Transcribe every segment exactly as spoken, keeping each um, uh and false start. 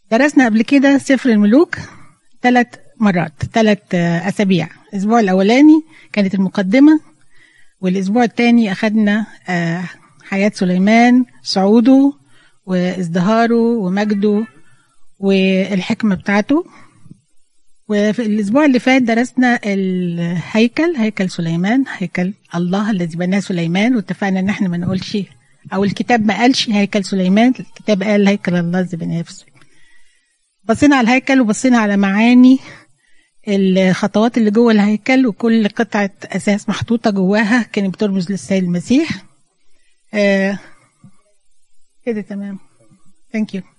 درسنا قبل كده سفر الملوك ثلاث مرات ثلاث أسابيع. الأسبوع الأولاني كانت المقدمة، والأسبوع الثاني أخذنا حياة سليمان، صعوده وازدهاره ومجده والحكمة بتاعته. وفي الأسبوع اللي فات درسنا الهيكل، هيكل سليمان، هيكل الله الذي بناه سليمان، واتفقنا ان احنا ما نقولش، او الكتاب ما قالش هيكل سليمان، الكتاب قال هيكل الله الذي بناه سليمان. بصينا على الهيكل وبصينا على معاني الخطوات اللي جوه الهيكل، وكل قطعة أساس محطوطة جواها كانت بترمز للسيد المسيح. آه كده تمام. ثانك يو.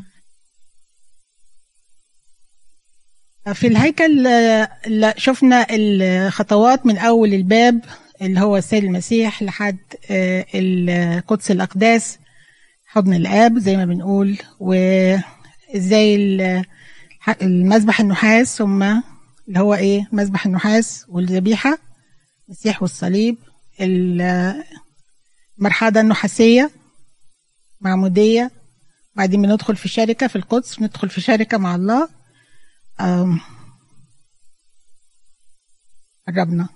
في الهيكل شفنا الخطوات من أول الباب اللي هو السيد المسيح لحد القدس الأقداس، حضن الآب زي ما بنقول، وإزاي المذبح النحاس، ثم اللي هو إيه مذبح النحاس والذبيحة، المسيح والصليب، المرحاضة النحاسية، معمودية، بعدين بندخل في شركة في القدس، ندخل في شركة مع الله. قربنا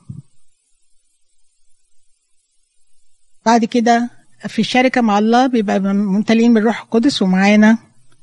بعد كده في الشركة مع الله بيبقى ممتلئين بالروح القدس، ومعانا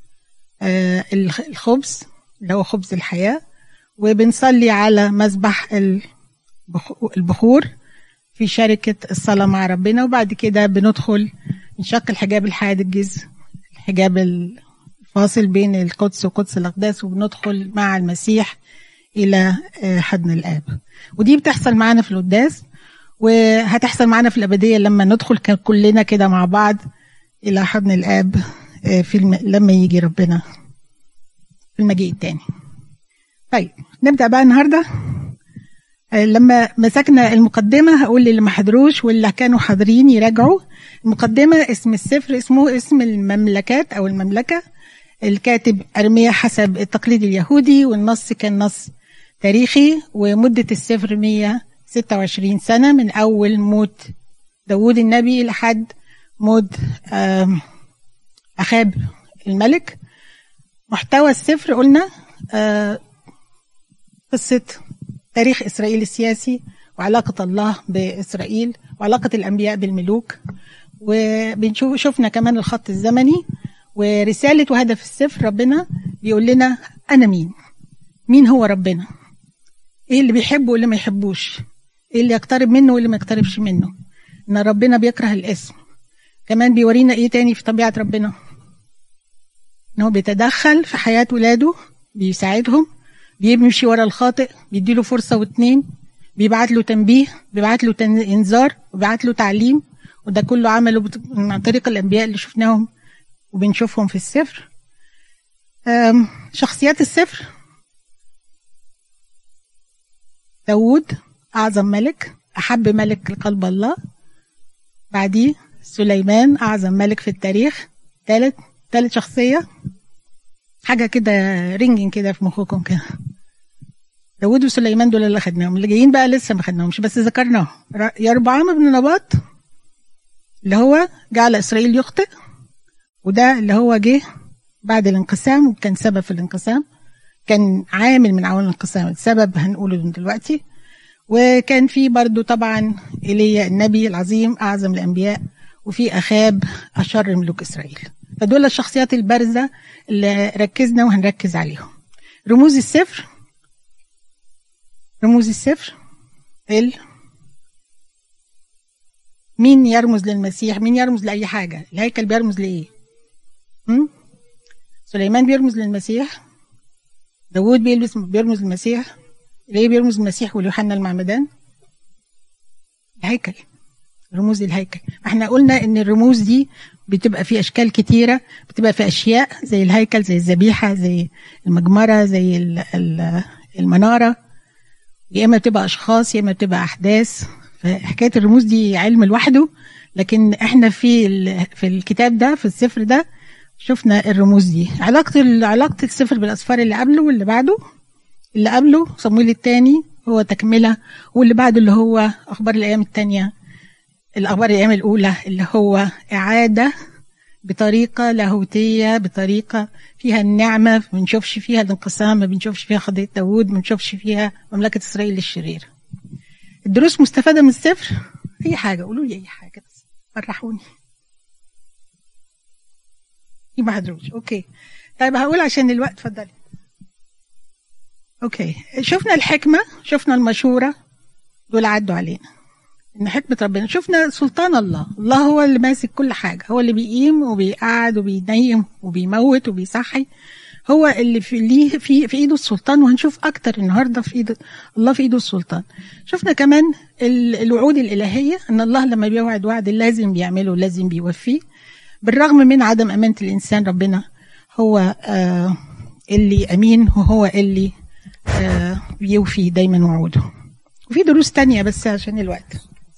الخبز اللي هو خبز الحياة، وبنصلي على مذبح البخور في شركة الصلاة مع ربنا. وبعد كده بندخل نشق الحجاب الحاجز، الحجاب الفاصل بين القدس وقدس الأقداس، وبندخل مع المسيح إلى حضن الآب. ودي بتحصل معنا في القداس، وهتحصل معنا في الأبدية لما ندخل كلنا كده مع بعض إلى حضن الآب في الم... لما يجي ربنا في المجيء التاني. طيب نبدأ بقى النهاردة. لما مسكنا المقدمة هقول للي ما حضروش واللي كانوا حاضرين يراجعوا المقدمة. اسم السفر اسمه اسم المملكات أو المملكة، الكاتب أرميا حسب التقليد اليهودي، والنص كان نص تاريخي، ومدة السفر مية وستة وعشرين سنة من أول موت داود النبي لحد موت أخاب الملك. محتوى السفر قلنا قصة تاريخ إسرائيل السياسي، وعلاقة الله بإسرائيل، وعلاقة الأنبياء بالملوك، وبنشوف شفنا كمان الخط الزمني ورسالة وهدف السفر. ربنا بيقول لنا أنا مين، مين هو ربنا، إيه اللي بيحبه واللي ما يحبوش، إيه اللي يقترب منه واللي ما يقتربش منه، إن ربنا بيكره الاسم. كمان بيورينا إيه تاني في طبيعة ربنا، إنه بيتدخل في حياة ولاده، بيساعدهم، بيمشي ورا الخاطئ، بيديله فرصة واتنين، بيبعت له تنبيه، بيبعت له إنذار، وبيبعت له تعليم. وده كله عمله عن طريق الأنبياء اللي شفناهم وبنشوفهم في السفر. شخصيات السفر: داود أعظم ملك، أحب ملك لقلب الله. بعديه سليمان أعظم ملك في التاريخ. ثالث ثالث شخصية حاجة كده رينجين كده في مخكم كده، داود وسليمان دول اللي خدناهم، اللي جايين بقى لسه ما خدناهمش بس ذكرناهم. يربعام بن نباط اللي هو جعل إسرائيل يخطئ، وده اللي هو جه بعد الانقسام وكان سبب في الانقسام، كان عامل من عوامل الانقسام، السبب هنقوله دلوقتي. وكان في برضو طبعا إيليا النبي العظيم أعظم الأنبياء، وفي أخاب أشر ملوك إسرائيل. فدول الشخصيات البارزة اللي ركزنا وهنركز عليهم. رموز السفر، رموز السفر ال مين يرمز للمسيح، مين يرمز لأي حاجة. الهيكل بيرمز لإيه؟ م? سليمان بيرمز للمسيح، داود بيرمز للمسيح، ليه بيرمز للمسيح واليوحنا المعمدان؟ الهيكل، رموز الهيكل. احنا قلنا ان الرموز دي بتبقى في اشكال كتيرة، بتبقى في اشياء زي الهيكل، زي الذبيحة، زي المجمرة، زي المنارة، يا اما بتبقى اشخاص يا اما بتبقى احداث. فحكاية الرموز دي علم لوحده، لكن احنا في في الكتاب ده، في السفر ده، شفنا الرموز دي. علاقة علاقة السفر بالأسفار اللي قبله واللي بعده. اللي قبله صمويل الثاني هو تكملة، واللي بعده اللي هو أخبار الأيام الثانية، الأخبار الأيام الأولى اللي هو إعادة بطريقة لاهوتية، بطريقة فيها النعمة، ما بنشوفش فيها الانقسام، ما بنشوفش فيها قضية داوود، ما بنشوفش فيها مملكة إسرائيل الشريرة. الدروس مستفادة من السفر؟ أي حاجة، قولوا لي أي حاجة بس فرحوني. ما حضروش، أوكي. طيب هقول عشان الوقت، اتفضلي. أوكي، شفنا الحكمة، شفنا المشورة، دول عدوا علينا. إن حكمة ربنا، شفنا سلطان الله، الله هو اللي ماسك كل حاجة، هو اللي بيقيم وبيقعد وبينيم وبيموت وبيصحي، هو اللي في ليه في في ايده السلطان. وهنشوف اكتر النهارده في ايده الله، في ايده السلطان. شفنا كمان الوعود الالهيه، ان الله لما بيوعد وعد لازم بيعمله، لازم بيوفيه بالرغم من عدم امانه الانسان. ربنا هو آه اللي امين، وهو اللي آه بيوفي دايما وعوده. وفي دروس تانية بس عشان الوقت.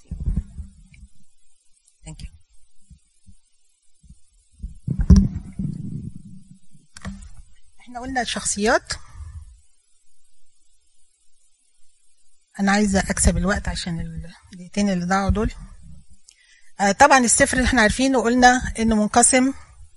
Thank you. احنا قلنا الشخصيات. انا عايزه اكسب الوقت عشان الدقيقتين اللي ضاعوا دول. آه طبعا السفر اللي احنا عارفينه قلنا انه منقسم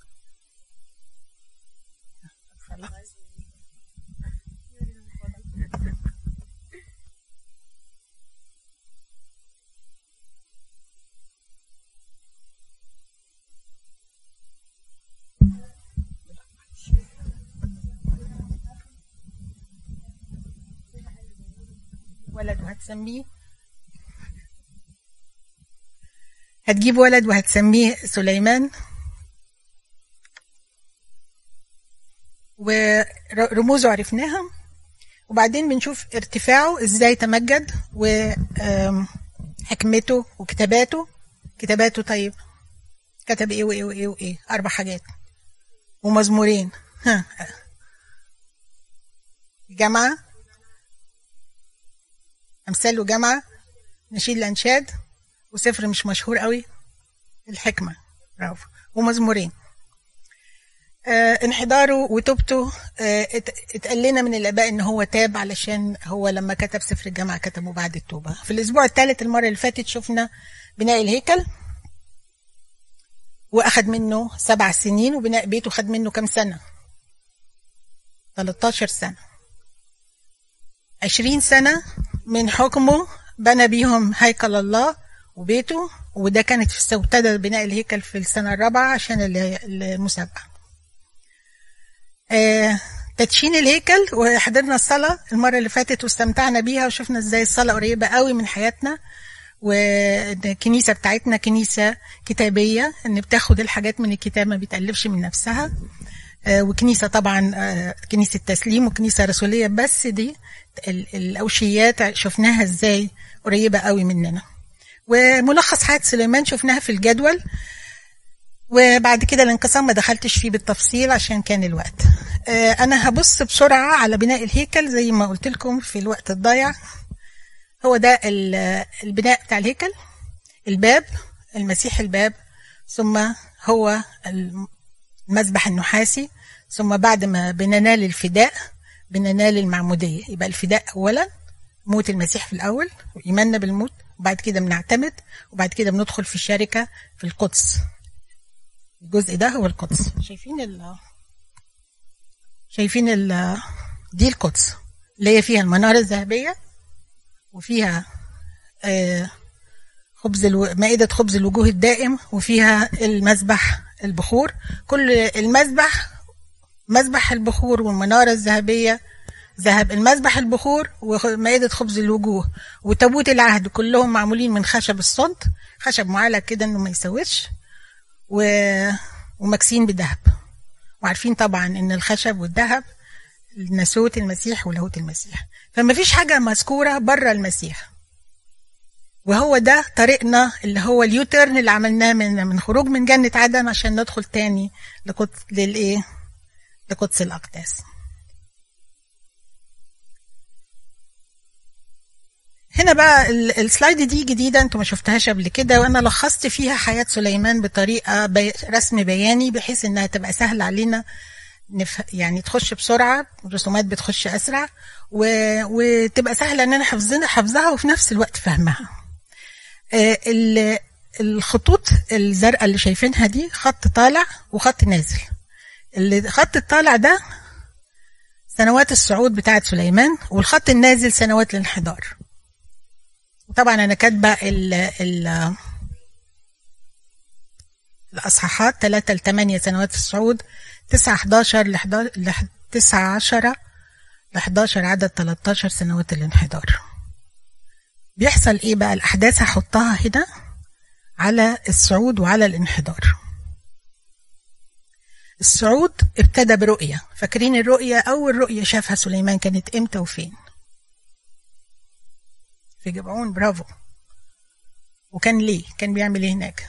ولد وهتسميه، هتجيب ولد وهتسميه سليمان، ورموزه عرفناها. وبعدين بنشوف ارتفاعه ازاي تمجد، وحكمته وكتاباته. كتاباته طيب كتب ايه وايه وايه وايه؟ اربع حاجات ومزمورين، ها جامعة، أمثال وجامعة، نشيد الأنشاد، وسفر مش مشهور قوي الحكمة، برافو، ومزمورين. آه انحداره وتوبته. آه اتقال لنا من الآباء إن هو تاب، علشان هو لما كتب سفر الجامعة كتبه بعد التوبة. في الأسبوع الثالث المرة اللي فاتت شفنا بناء الهيكل، وأخد منه سبع سنين، وبناء بيته خد منه كم سنة؟ ثلاثة عشر سنة. عشرين سنة من حكمه بنى بيهم هيكل الله وبيته، وده كانت في ابتدى بناء الهيكل في السنة الرابعة عشان المسابقة. آه تدشين الهيكل، وحضرنا الصلاة المرة اللي فاتت واستمتعنا بيها، وشفنا ازاي الصلاة قريبة قوي من حياتنا، والكنيسة بتاعتنا كنيسة كتابية، ان بتاخد الحاجات من الكتاب، ما بتألفش من نفسها. آه وكنيسة طبعا آه كنيسة تسليم وكنيسة رسولية، بس دي الأوشيات شفناها ازاي قريبة قوي مننا. وملخص حياة سليمان شفناها في الجدول، وبعد كده الانقسام ما دخلتش فيه بالتفصيل عشان كان الوقت. آه انا هبص بسرعة على بناء الهيكل زي ما قلت لكم في الوقت الضايع. هو ده البناء بتاع الهيكل، الباب، المسيح الباب، ثم هو المذبح النحاسي، ثم بعد ما بننال الفداء بننال المعمودية. يبقى الفداء أولا، موت المسيح في الأول وإيماننا بالموت، وبعد كده بنعتمد، وبعد كده بندخل في الشركة في القدس. الجزء ده هو القدس. شايفين ال شايفين ال دي القدس اللي هي فيها المنارة الذهبية، وفيها آه خبز الو... مائدة خبز الوجوه الدائم، وفيها المذبح البخور. كل المذبح، مذبح البخور والمنارة الذهبية ذهب، المذبح البخور ومائدة خبز الوجوه وتابوت العهد، كلهم معمولين من خشب الصند، خشب معلق كده انه ما يسويش، و... ومكسين بذهب. وعارفين طبعا ان الخشب والذهب ناسوت المسيح ولاهوت المسيح، فما فيش حاجة مذكورة بره المسيح. وهو ده طريقنا اللي هو اليوترن اللي عملناه من من خروج من جنة عدن عشان ندخل تاني لقدس للايه لقدس الأقداس. هنا بقى السلايد دي جديدة، انتوا ما شفتهاش قبل كده، وانا لخصت فيها حياة سليمان بطريقة بي رسم بياني، بحيث انها تبقى سهل علينا نف... يعني تخش بسرعة، الرسومات بتخش اسرع، و... وتبقى سهلة ان انا حفظنا حفظها وفي نفس الوقت فهمها. آه ال... الخطوط الزرقاء اللي شايفينها دي خط طالع وخط نازل. اللي خط الطالع ده سنوات الصعود بتاعت سليمان، والخط النازل سنوات الانحدار. وطبعا انا كاتبه ال ال الاصحاحات ثلاثة لثمانية سنوات الصعود، تسعة حداشر ل تسعة عشر ل حداشر عدد ثلاثة عشر سنوات الانحدار. بيحصل ايه بقى؟ الاحداث هحطها هنا على الصعود وعلى الانحدار. الصعود ابتدى برؤية. فاكرين الرؤية؟ اول رؤية شافها سليمان كانت امتى وفين؟ في جبعون. برافو. وكان ليه؟ كان بيعمل ايه هناك؟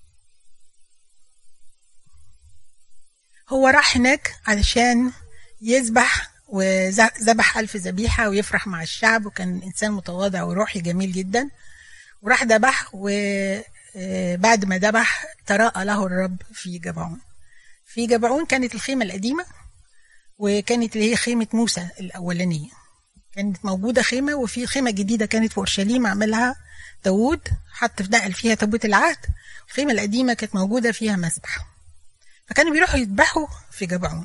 هو راح هناك علشان يذبح، وذبح ألف ذبيحة ويفرح مع الشعب، وكان إنسان متواضع وروحي جميل جدا. وراح ذبح، وبعد ما ذبح تراءى له الرب في جبعون. في جبعون كانت الخيمة القديمة، وكانت اللي هي خيمة موسى الأولانية. كانت موجودة خيمة، وفي خيمة جديدة كانت في أورشليم عملها داوود، حط في نقل فيها تابوت العهد. الخيمة القديمة كانت موجودة فيها مسبح، فكانوا بيروحوا يذبحوا في جبعون.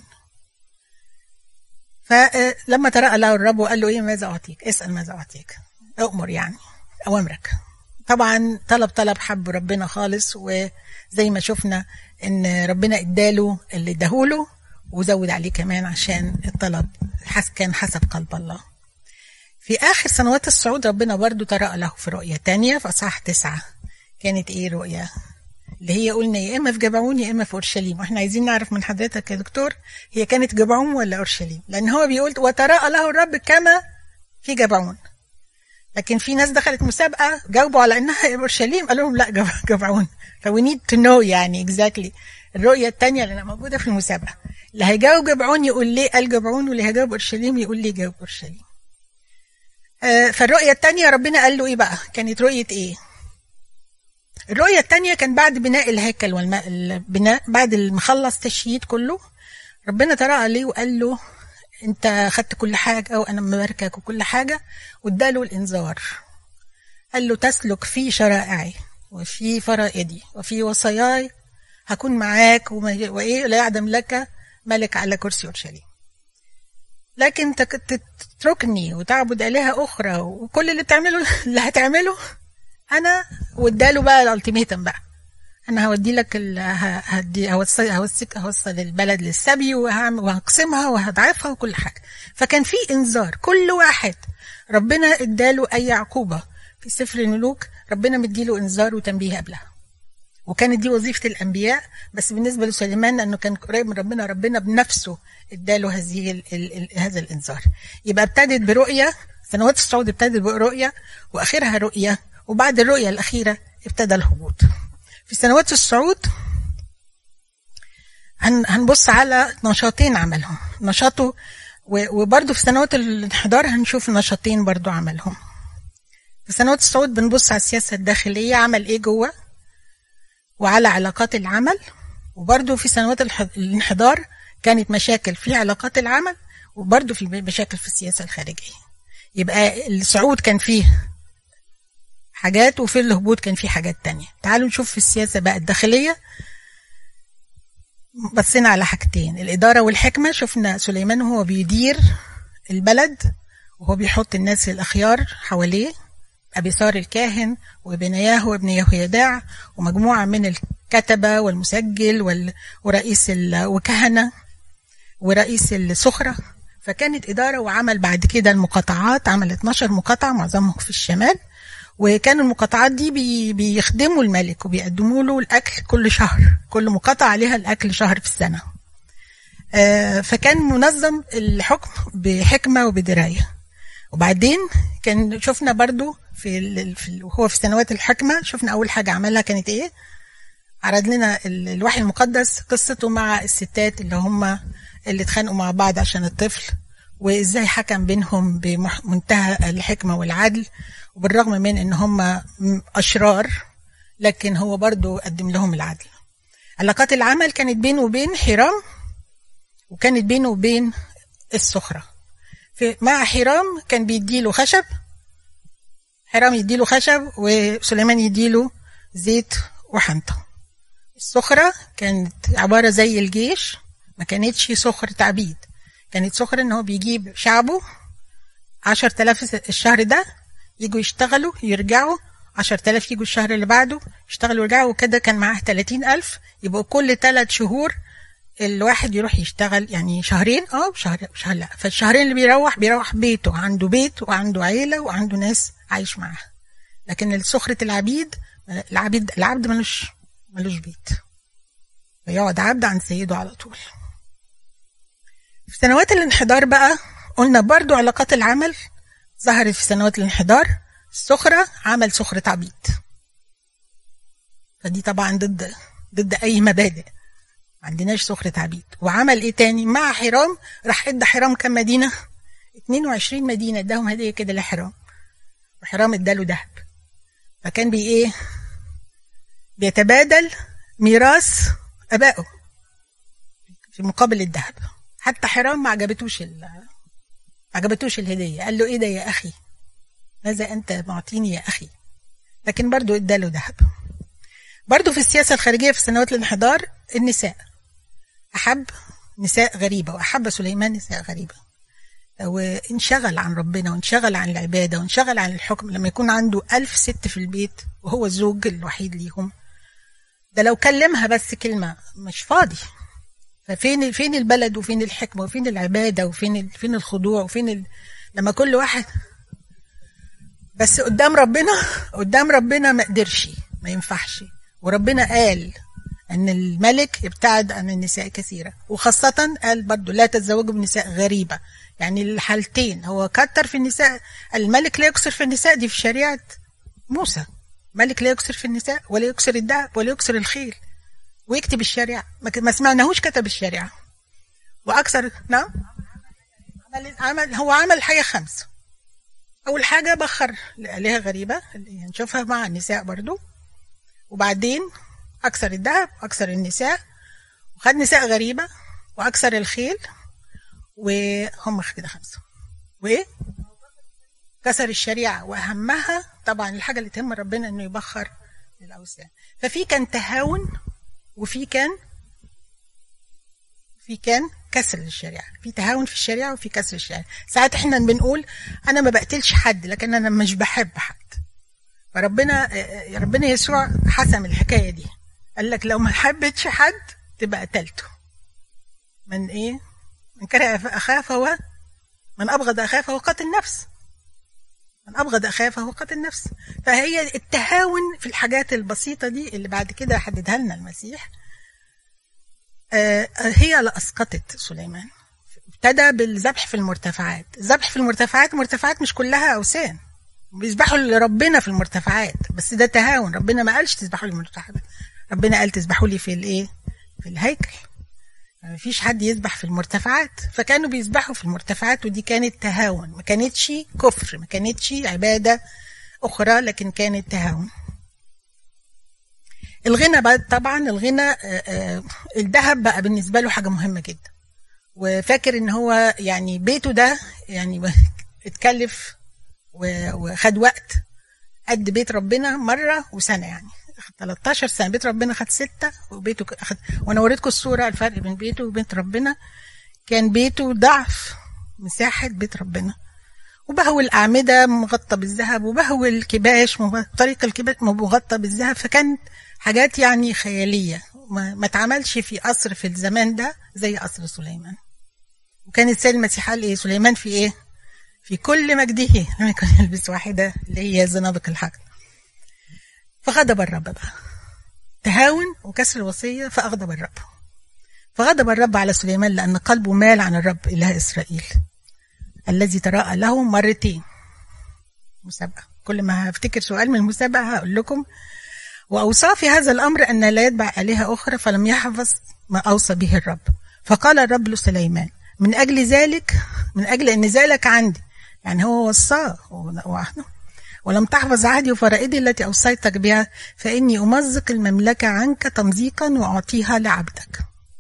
فلما تراءى له الرب وقال له ايه؟ ماذا اعطيك؟ اسال ماذا اعطيك، اؤمر يعني اوامرك. طبعا طلب طلب حب ربنا خالص، وزي ما شفنا ان ربنا اداله اللي اداهوله وزود عليه كمان عشان الطلب كان حسب قلب الله. في اخر سنوات الصعود ربنا برضو تراءى له في رؤية تانية في اصحاح تسعة. كانت ايه رؤية؟ اللي هي قلنا يا اما في جبعون يا اما في اورشليم. واحنا عايزين نعرف من حضرتك يا دكتور، هي كانت جبعون ولا اورشليم؟ لان هو بيقول وتراءى له الرب كما في جبعون، لكن في ناس دخلت مسابقه جاوبوا على انها اورشليم، قالوا لهم لا جبعون. فوي نيد تو نو يعني اكزاكتلي الرؤيه الثانيه اللي موجوده في المسابقه. اللي هيجاوب جبعون يقول ليه قال جبعون، واللي هيجاوب اورشليم يقول ليه جاوب اورشليم. آه فالرؤيه الثانيه ربنا قال له ايه بقى؟ كانت رؤيه ايه؟ الرؤية الثانية كان بعد بناء الهيكل والبناء، بعد المخلص تشييد كله، ربنا تراءى عليه وقال له انت خدت كل حاجة وانا مباركك وكل حاجة، واداله الانذار. قال له تسلك في شرائعي وفي فرائدي وفي وصاياي، هكون معاك، وايه لا يعدم لك ملك على كرسي اورشليم. لكن تتركني وتعبد آلهة أخرى وكل اللي بتعمله اللي هتعمله انا، واداله بقى الالتيميتم بقى، انا هودي لك هدي هوصل هوصل البلد للسبي وهقسمها وهضعفها وكل حاجه. فكان في انذار كل واحد ربنا اداله اي عقوبه. في سفر الملوك ربنا مديله انذار وتنبيه قبلها، وكانت دي وظيفه الانبياء. بس بالنسبه لسليمان لانه كان قريب من ربنا، ربنا بنفسه اداله هذه ال ال ال هذا الانذار. يبقى ابتدت برؤيه، سنوات الصعود ابتدت برؤيه واخرها رؤيه، وبعد الرؤية الأخيرة ابتدى الهبوط. في سنوات الصعود هنبص على نشاطين عملهم، نشاطه وبرضه في سنوات الانحدار هنشوف نشاطين برضه عملهم. في سنوات الصعود بنبص على السياسة الداخلية، عمل ايه جوه، وعلى علاقات العمل. وبرضه في سنوات الانحدار كانت مشاكل في علاقات العمل، وبرضه في مشاكل في السياسة الخارجية. يبقى الصعود كان فيه حاجات، وفي الهبوط كان في حاجات تانية. تعالوا نشوف في السياسة بقى الداخلية. بصينا على حاجتين، الإدارة والحكمة. شفنا سليمان وهو بيدير البلد وهو بيحط الناس الأخيار حواليه، أبيثار الكاهن وبنياه وابن يهويداع ومجموعة من الكتبة والمسجل ورئيس وكهنة ورئيس السخرة. فكانت إدارة وعمل. بعد كده المقاطعات، عمل اتناشر مقاطعة معظمهم في الشمال، وكانوا المقاطعات دي بي بيخدموا الملك وبيقدموا له الأكل كل شهر، كل مقاطعة عليها الأكل شهر في السنة. آه فكان منظم الحكم بحكمة وبدراية. وبعدين كان شفنا برضو في, في وهو في سنوات الحكمة، شفنا أول حاجة عملها كانت إيه؟ عرض لنا الوحي المقدس قصته مع الستات اللي هم اللي اتخانقوا مع بعض عشان الطفل، وإزاي حكم بينهم بمنتهى الحكمة والعدل، وبالرغم من ان هم اشرار لكن هو برضو قدم لهم العدل. علاقات العمل كانت بينه وبين حرام، وكانت بينه وبين السخرة. في مع حرام كان بيديله خشب، حرام يديله خشب وسليمان يديله زيت وحنطة. السخرة كانت عبارة زي الجيش، ما كانتش سخرة عبيد، كانت سخرة ان هو بيجيب شعبه عشر تلاف الشهر ده يجوا يشتغلوا يرجعوا، عشر تلاف يجوا الشهر اللي بعده يشتغلوا يرجعوا، وكده كان معاه تلاتين ألف، يبقوا كل ثلاث شهور الواحد يروح يشتغل، يعني شهرين اه شهر شهر لا، فالشهرين اللي بيروح بيروح بيته، عنده بيت وعنده عيلة وعنده ناس عايش معاه. لكن السخرة العبيد، العبيد العبد ملوش ملوش بيت، فيقعد عبد عن سيده على طول. في سنوات الانحدار بقى قلنا برضو علاقات العمل ظهرت في سنوات الانحدار. السخرة عمل سخرة عبيد، فدي طبعا ضد ضد اي مبادئ، ما عندناش سخرة عبيد. وعمل ايه تاني مع حرام؟ راح ادى حرام كم مدينة؟ اتنين وعشرين مدينة اداهم هدية كده لحرام، وحرام اداله ذهب، فكان بي ايه بيتبادل ميراث ابائه في مقابل الذهب. حتى حرام ما عجبتوش ما عجبتوش الهدية، قال له ايه ده يا اخي، ماذا انت معطيني يا اخي، لكن برضو اداله ذهب. برضو في السياسة الخارجية في سنوات الانحدار النساء، أحب نساء غريبة، وأحب سليمان نساء غريبة، وانشغل عن ربنا وانشغل عن العبادة وانشغل عن الحكم. لما يكون عنده ألف ست في البيت وهو الزوج الوحيد ليهم، ده لو كلمها بس كلمة مش فاضي. ففين فين البلد وفين الحكمة وفين العبادة وفين فين الخضوع وفين ال... لما كل واحد بس قدام ربنا، قدام ربنا ما قدرش، ما ينفعش. وربنا قال ان الملك يبتعد عن النساء كثيرة، وخاصة قال برضو لا تتزوجوا بنساء غريبة، يعني الحالتين هو كتر في النساء. الملك لا يكسر في النساء، دي في شريعة موسى، ملك لا يكسر في النساء ولا يكسر الذهب ولا يكسر الخيل، ويكتب الشريعة، ما سمعناهوش كتب الشريعة. واكثر نعم عمل, عمل هو عمل حاجة خمسة. اول حاجة بخر لآلهة غريبة اللي هنشوفها مع النساء برضو، وبعدين أكثر الذهب وأكثر النساء، وخد نساء غريبة وأكثر الخيل، وهم كده خمسة. وإيه؟ كسر الشريعة، وأهمها طبعا الحاجة اللي تهم ربنا إنه يبخر للأوثان. ففي كان تهاون، وفي كان في كان كسر للشريعة، في تهاون في الشريعة وفي كسر الشريعة. ساعات إحنا بنقول أنا ما بقتلش حد، لكن أنا مش بحب حد. فربنا ربنا يسوع حسم الحكاية دي، قال لك لو ما حبتش حد تبقى قتلته. من ايه؟ من كره اخاه فهو من ابغض اخاه فهو قاتل نفس، من ابغض اخاه فهو قاتل نفس. فهي التهاون في الحاجات البسيطة دي اللي بعد كده حددها لنا المسيح، هي اللي اسقطت سليمان. ابتدى بالذبح في المرتفعات. الذبح في المرتفعات، المرتفعات مش كلها اوثان، بيذبحوا لربنا في المرتفعات، بس ده تهاون. ربنا ما قالش تذبحوا لي المرتفعات، ربنا قال تذبحوا لي في الايه؟ في الهيكل. ما فيش حد يذبح في المرتفعات، فكانوا بيذبحوا في المرتفعات، ودي كانت تهاون، ما كانتش كفر، ما كانتش عبادة أخرى، لكن كانت تهاون. الغنى بقى، طبعا الغنى الذهب بقى بالنسبة له حاجة مهمة جدا، وفاكر ان هو يعني بيته ده يعني اتكلف وخد وقت قد بيت ربنا مرة وسنة، يعني تلتاشر سنة. بيت ربنا خد ستة، وبيته أخد، وانا وريتكم الصورة الفرق بين بيته وبيت ربنا. كان بيته ضعف مساحة بيت ربنا، وبهو الأعمدة مغطى بالذهب، وبهو الكباش طريق الكباش مغطى بالذهب، فكانت حاجات يعني خيالية، ما اتعملش في قصر في الزمان ده زي قصر سليمان. وكان السيد المسيح قال ايه؟ سليمان في ايه؟ في كل مجده لم يكن يلبس واحدة، اللي هي زنابق الحقل. فغضب الرب بقى، تهاون وكسر الوصية، فأغضب الرب. فغضب الرب على سليمان لأن قلبه مال عن الرب إله إسرائيل الذي تراءى له مرتين. مسابقة، كل ما هفتكر سؤال من المسابقة هقول لكم. وأوصى في هذا الأمر أن لا يتبع آلهة أخرى، فلم يحفظ ما أوصى به الرب. فقال الرب لسليمان من أجل ذلك، من أجل أن ذلك عندي، يعني هو وصاه ولم تحفظ عهدي وفرائدي التي أوصيتك بها، فإني أمزق المملكة عنك تمزيقا وأعطيها لعبدك.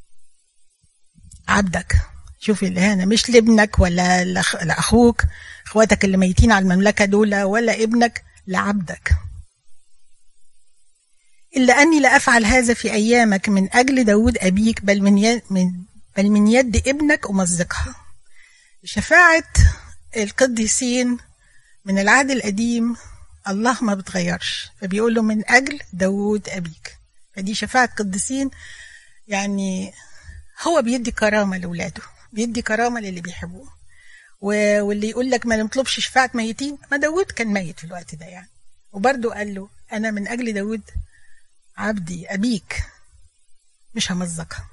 عبدك، شوفي الإهانة، مش لابنك ولا لأخوك، أخواتك اللي ميتين على المملكة دول، ولا ابنك، لعبدك. إلا أني لا أفعل هذا في أيامك من أجل داود أبيك، بل من يد, من بل من يد ابنك أمزقها. شفاعة القديسين من العهد القديم الله ما بتغيرش، فبيقول له من أجل داود أبيك. فدي شفاعة قديسين، يعني هو بيدي كرامة لأولاده، بيدي كرامة للي بيحبوه. واللي يقول لك ما نطلبش شفاعة ميتين، ما داود كان ميت في الوقت ده يعني، وبرضه قال له أنا من أجل داود عبدي أبيك مش همزقها.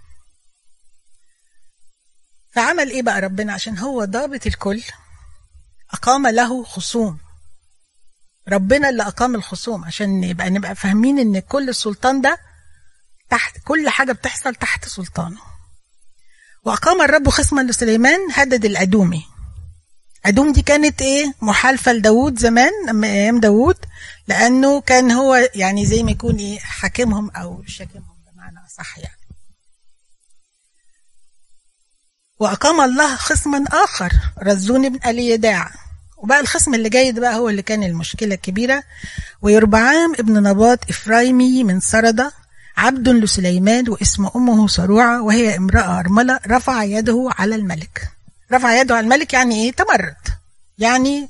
فعمل إيه بقى ربنا؟ عشان هو ضابط الكل أقام له خصوم. ربنا اللي أقام الخصوم عشان يبقى نبقى فاهمين إن كل السلطان ده تحت، كل حاجة بتحصل تحت سلطانه. وأقام الرب خصما لسليمان هدد الأدومي. أدوم دي كانت إيه؟ محالفة لداود زمان لما أيام داود، لأنه كان هو يعني زي ما يكون إيه حاكمهم أو شاكمهم بمعنى صح يعني. وأقام الله خصما آخر رزون بن اليداع. وبقى الخصم اللي جاي ده بقى هو اللي كان المشكلة الكبيرة. ويربعام ابن نباط إفرايمي من سردة عبد لسليمان واسم أمه صروعة وهي امرأة أرملة، رفع يده على الملك. رفع يده على الملك يعني إيه؟ تمرد، يعني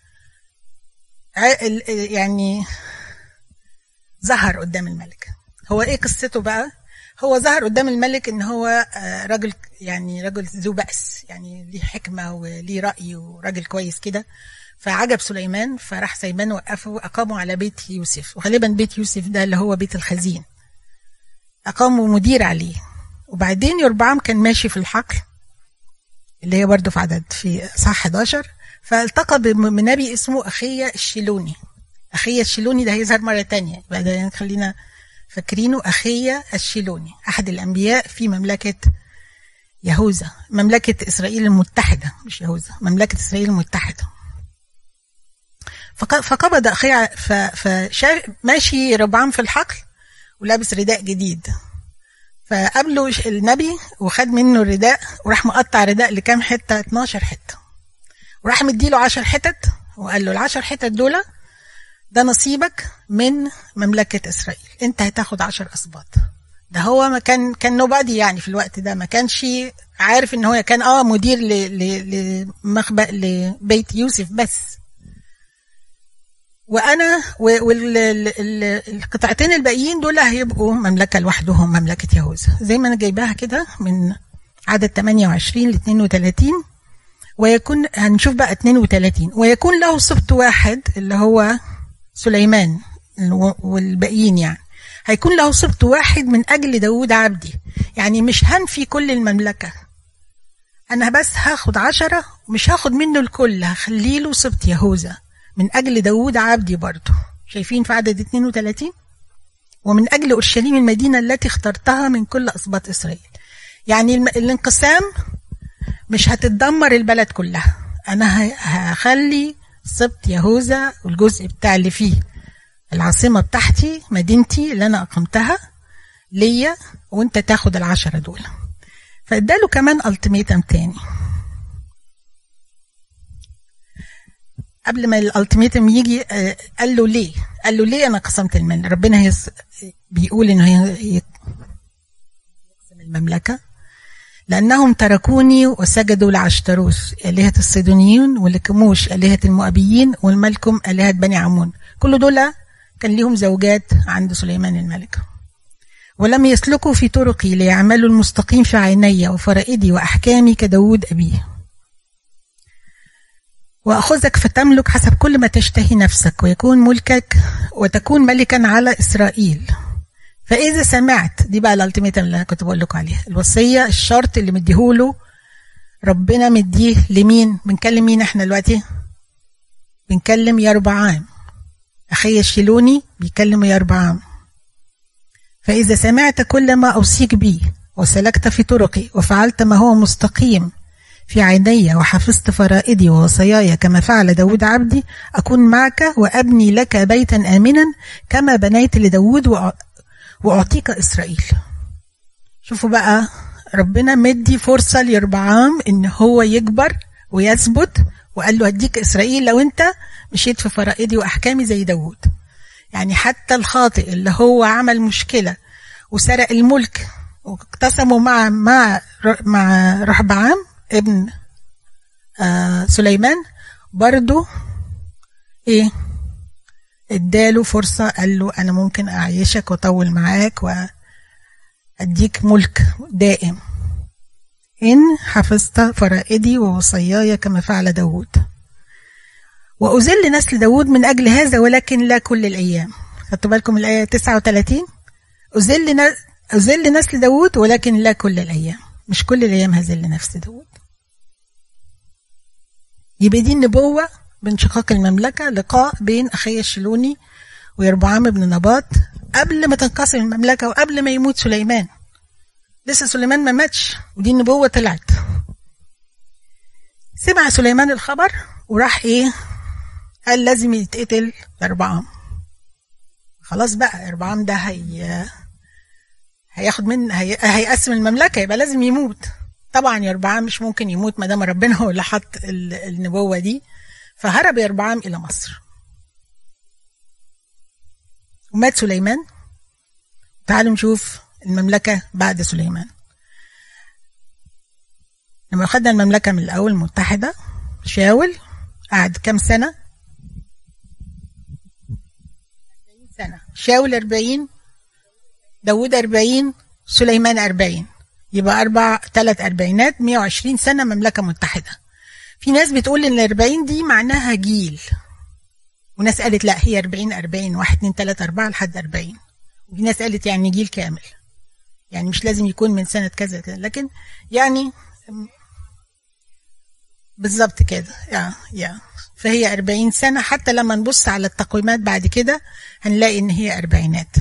يعني ظهر قدام الملك. هو إيه قصته بقى؟ هو ظهر قدام الملك إن هو رجل، يعني رجل ذو بأس، يعني ليه حكمة وليه رأي وراجل كويس كده. فعجب سليمان، فراح سليمان وقفه وأقاموا على بيت يوسف، وغالبا بيت يوسف ده اللي هو بيت الخزين، أقاموا مدير عليه. وبعدين يربعام كان ماشي في الحقل اللي هي برضه في عدد في صح إحدى عشر، فالتقى بنبي اسمه أخية الشيلوني. أخية الشيلوني ده هيظهر مرة تانية، بعدين خلينا فاكرينه. أخية الشيلوني أحد الأنبياء في مملكة يهوذا، مملكة إسرائيل المتحدة، مش يهوذا، مملكة إسرائيل المتحدة. فقبض أخية، فشاف ماشي ربعام في الحقل ولابس رداء جديد، فقابله النبي وخد منه الرداء وراح مقطع رداء لكام حتة؟ اتناشر حتة، وراح مديله عشر حتت وقال له العشر حتت دول ده نصيبك من مملكة إسرائيل، انت هتاخد عشر أسباط. ده هو ما كان كان نوبادي يعني في الوقت ده، ما كانش عارف ان هو كان اه مدير لمخبأ لبيت يوسف بس. وانا والقطعتين الباقيين دول هيبقوا مملكه لوحدهم، مملكه يهوذا، زي ما انا جايباها كده من عدد ثمانية وعشرين ل اثنين وثلاثين. ويكون هنشوف بقى اثنين وثلاثين. ويكون له سبط واحد اللي هو سليمان والباقيين، يعني هيكون له سبط واحد من اجل داود عبدي، يعني مش هنفي كل المملكه، انا بس هاخد عشرة ومش هاخد منه الكل، هخلي له سبط يهوذا من أجل داود عبدي برضو. شايفين في عدد اثنين وثلاثين؟ ومن أجل أورشليم المدينة التي اخترتها من كل أسباط إسرائيل. يعني الانقسام مش هتتدمر البلد كلها، أنا هخلي سبط يهوذا والجزء بتاع اللي فيه العاصمة بتاعتي مدينتي اللي أنا أقمتها ليا، وانت تاخد العشرة دول. فاداله كمان التيميتم تاني قبل ما الالتيميتم يجي. قال له ليه؟ قال له ليه انا قسمت المال؟ ربنا هيس بيقول انه يقسم المملكه لانهم تركوني وسجدوا لعشتروس الهه الصيدونيين ولكموش الهه المؤبيين والملكم الهه بني عمون. كل دول كان ليهم زوجات عند سليمان الملك. ولم يسلكوا في طرقي ليعملوا المستقيم في عيني وفرائدي واحكامي كداود ابيه. وأخذك فتملك حسب كل ما تشتهي نفسك، ويكون ملكك وتكون ملكا على إسرائيل. فإذا سمعت، دي بقى الالتيميتم اللي أنا كنت بقول لكم عليها، الوصية، الشرط اللي مديهوله ربنا مديه لمين؟ بنكلم مين احنا دلوقتي؟ بنكلم يربعام. أخي الشيلوني بيكلم يربعام. فإذا سمعت كل ما أوصيك به وسلكت في طرقي وفعلت ما هو مستقيم في عيني وحفظت فرائدي ووصاياي كما فعل داود عبدي، أكون معك وأبني لك بيتا آمنا كما بنيت لداود وأعطيك إسرائيل. شوفوا بقى ربنا مدي فرصة ليربعام إن هو يكبر ويثبت، وقال له هديك إسرائيل لو أنت مشيت في فرائدي وأحكامي زي داود. يعني حتى الخاطئ اللي هو عمل مشكلة وسرق الملك واقتسموا مع مع مع رحبعام ابن آه سليمان، برضو ايه اداله فرصة، قال له انا ممكن اعيشك واطول معاك واديك ملك دائم ان حفظت فرائدي ووصاياي كما فعل داود. وأذل نسل داود من أجل هذا ولكن لا كل الأيام. خدتوا بالكم الآية تسعة وثلاثين؟ أذل أذل نسل داود ولكن لا كل الأيام، مش كل الأيام هذل نفس داود. يبقى دي النبوة بانشقاق المملكة، لقاء بين أخي الشلوني ويربعام بن نباط قبل ما تنقسم المملكة وقبل ما يموت سليمان. لسه سليمان ما ماتش ودي النبوة طلعت. سمع سليمان الخبر وراح ايه؟ قال لازم يتقتل يربعام. خلاص بقى يربعام ده هي هياخد من هي... هيقسم المملكة، يبقى لازم يموت. طبعا يربعام مش ممكن يموت ما دام ربنا هو اللي حط النبوة دي، فهرب يربعام إلى مصر ومات سليمان. تعالوا نشوف المملكة بعد سليمان. لما أخذنا المملكة من الأول متحدة، شاول قعد كم سنة؟ أربعين سنة. شاول أربعين، داود أربعين، سليمان أربعين، يبقى أربع ثلاث أربعينات، مئة وعشرين سنة مملكة متحدة. في ناس بتقول إن الأربعين دي معناها جيل، وناس قالت لا هي أربعين أربعين، واحد اتنين تلاتة أربعة لحد أربعين، وفي ناس قالت يعني جيل كامل، يعني مش لازم يكون من سنة كذا كذا، لكن يعني بالظبط كده يا يا فهي أربعين سنة. حتى لما نبص على التقويمات بعد كده هنلاقي إن هي أربعينات.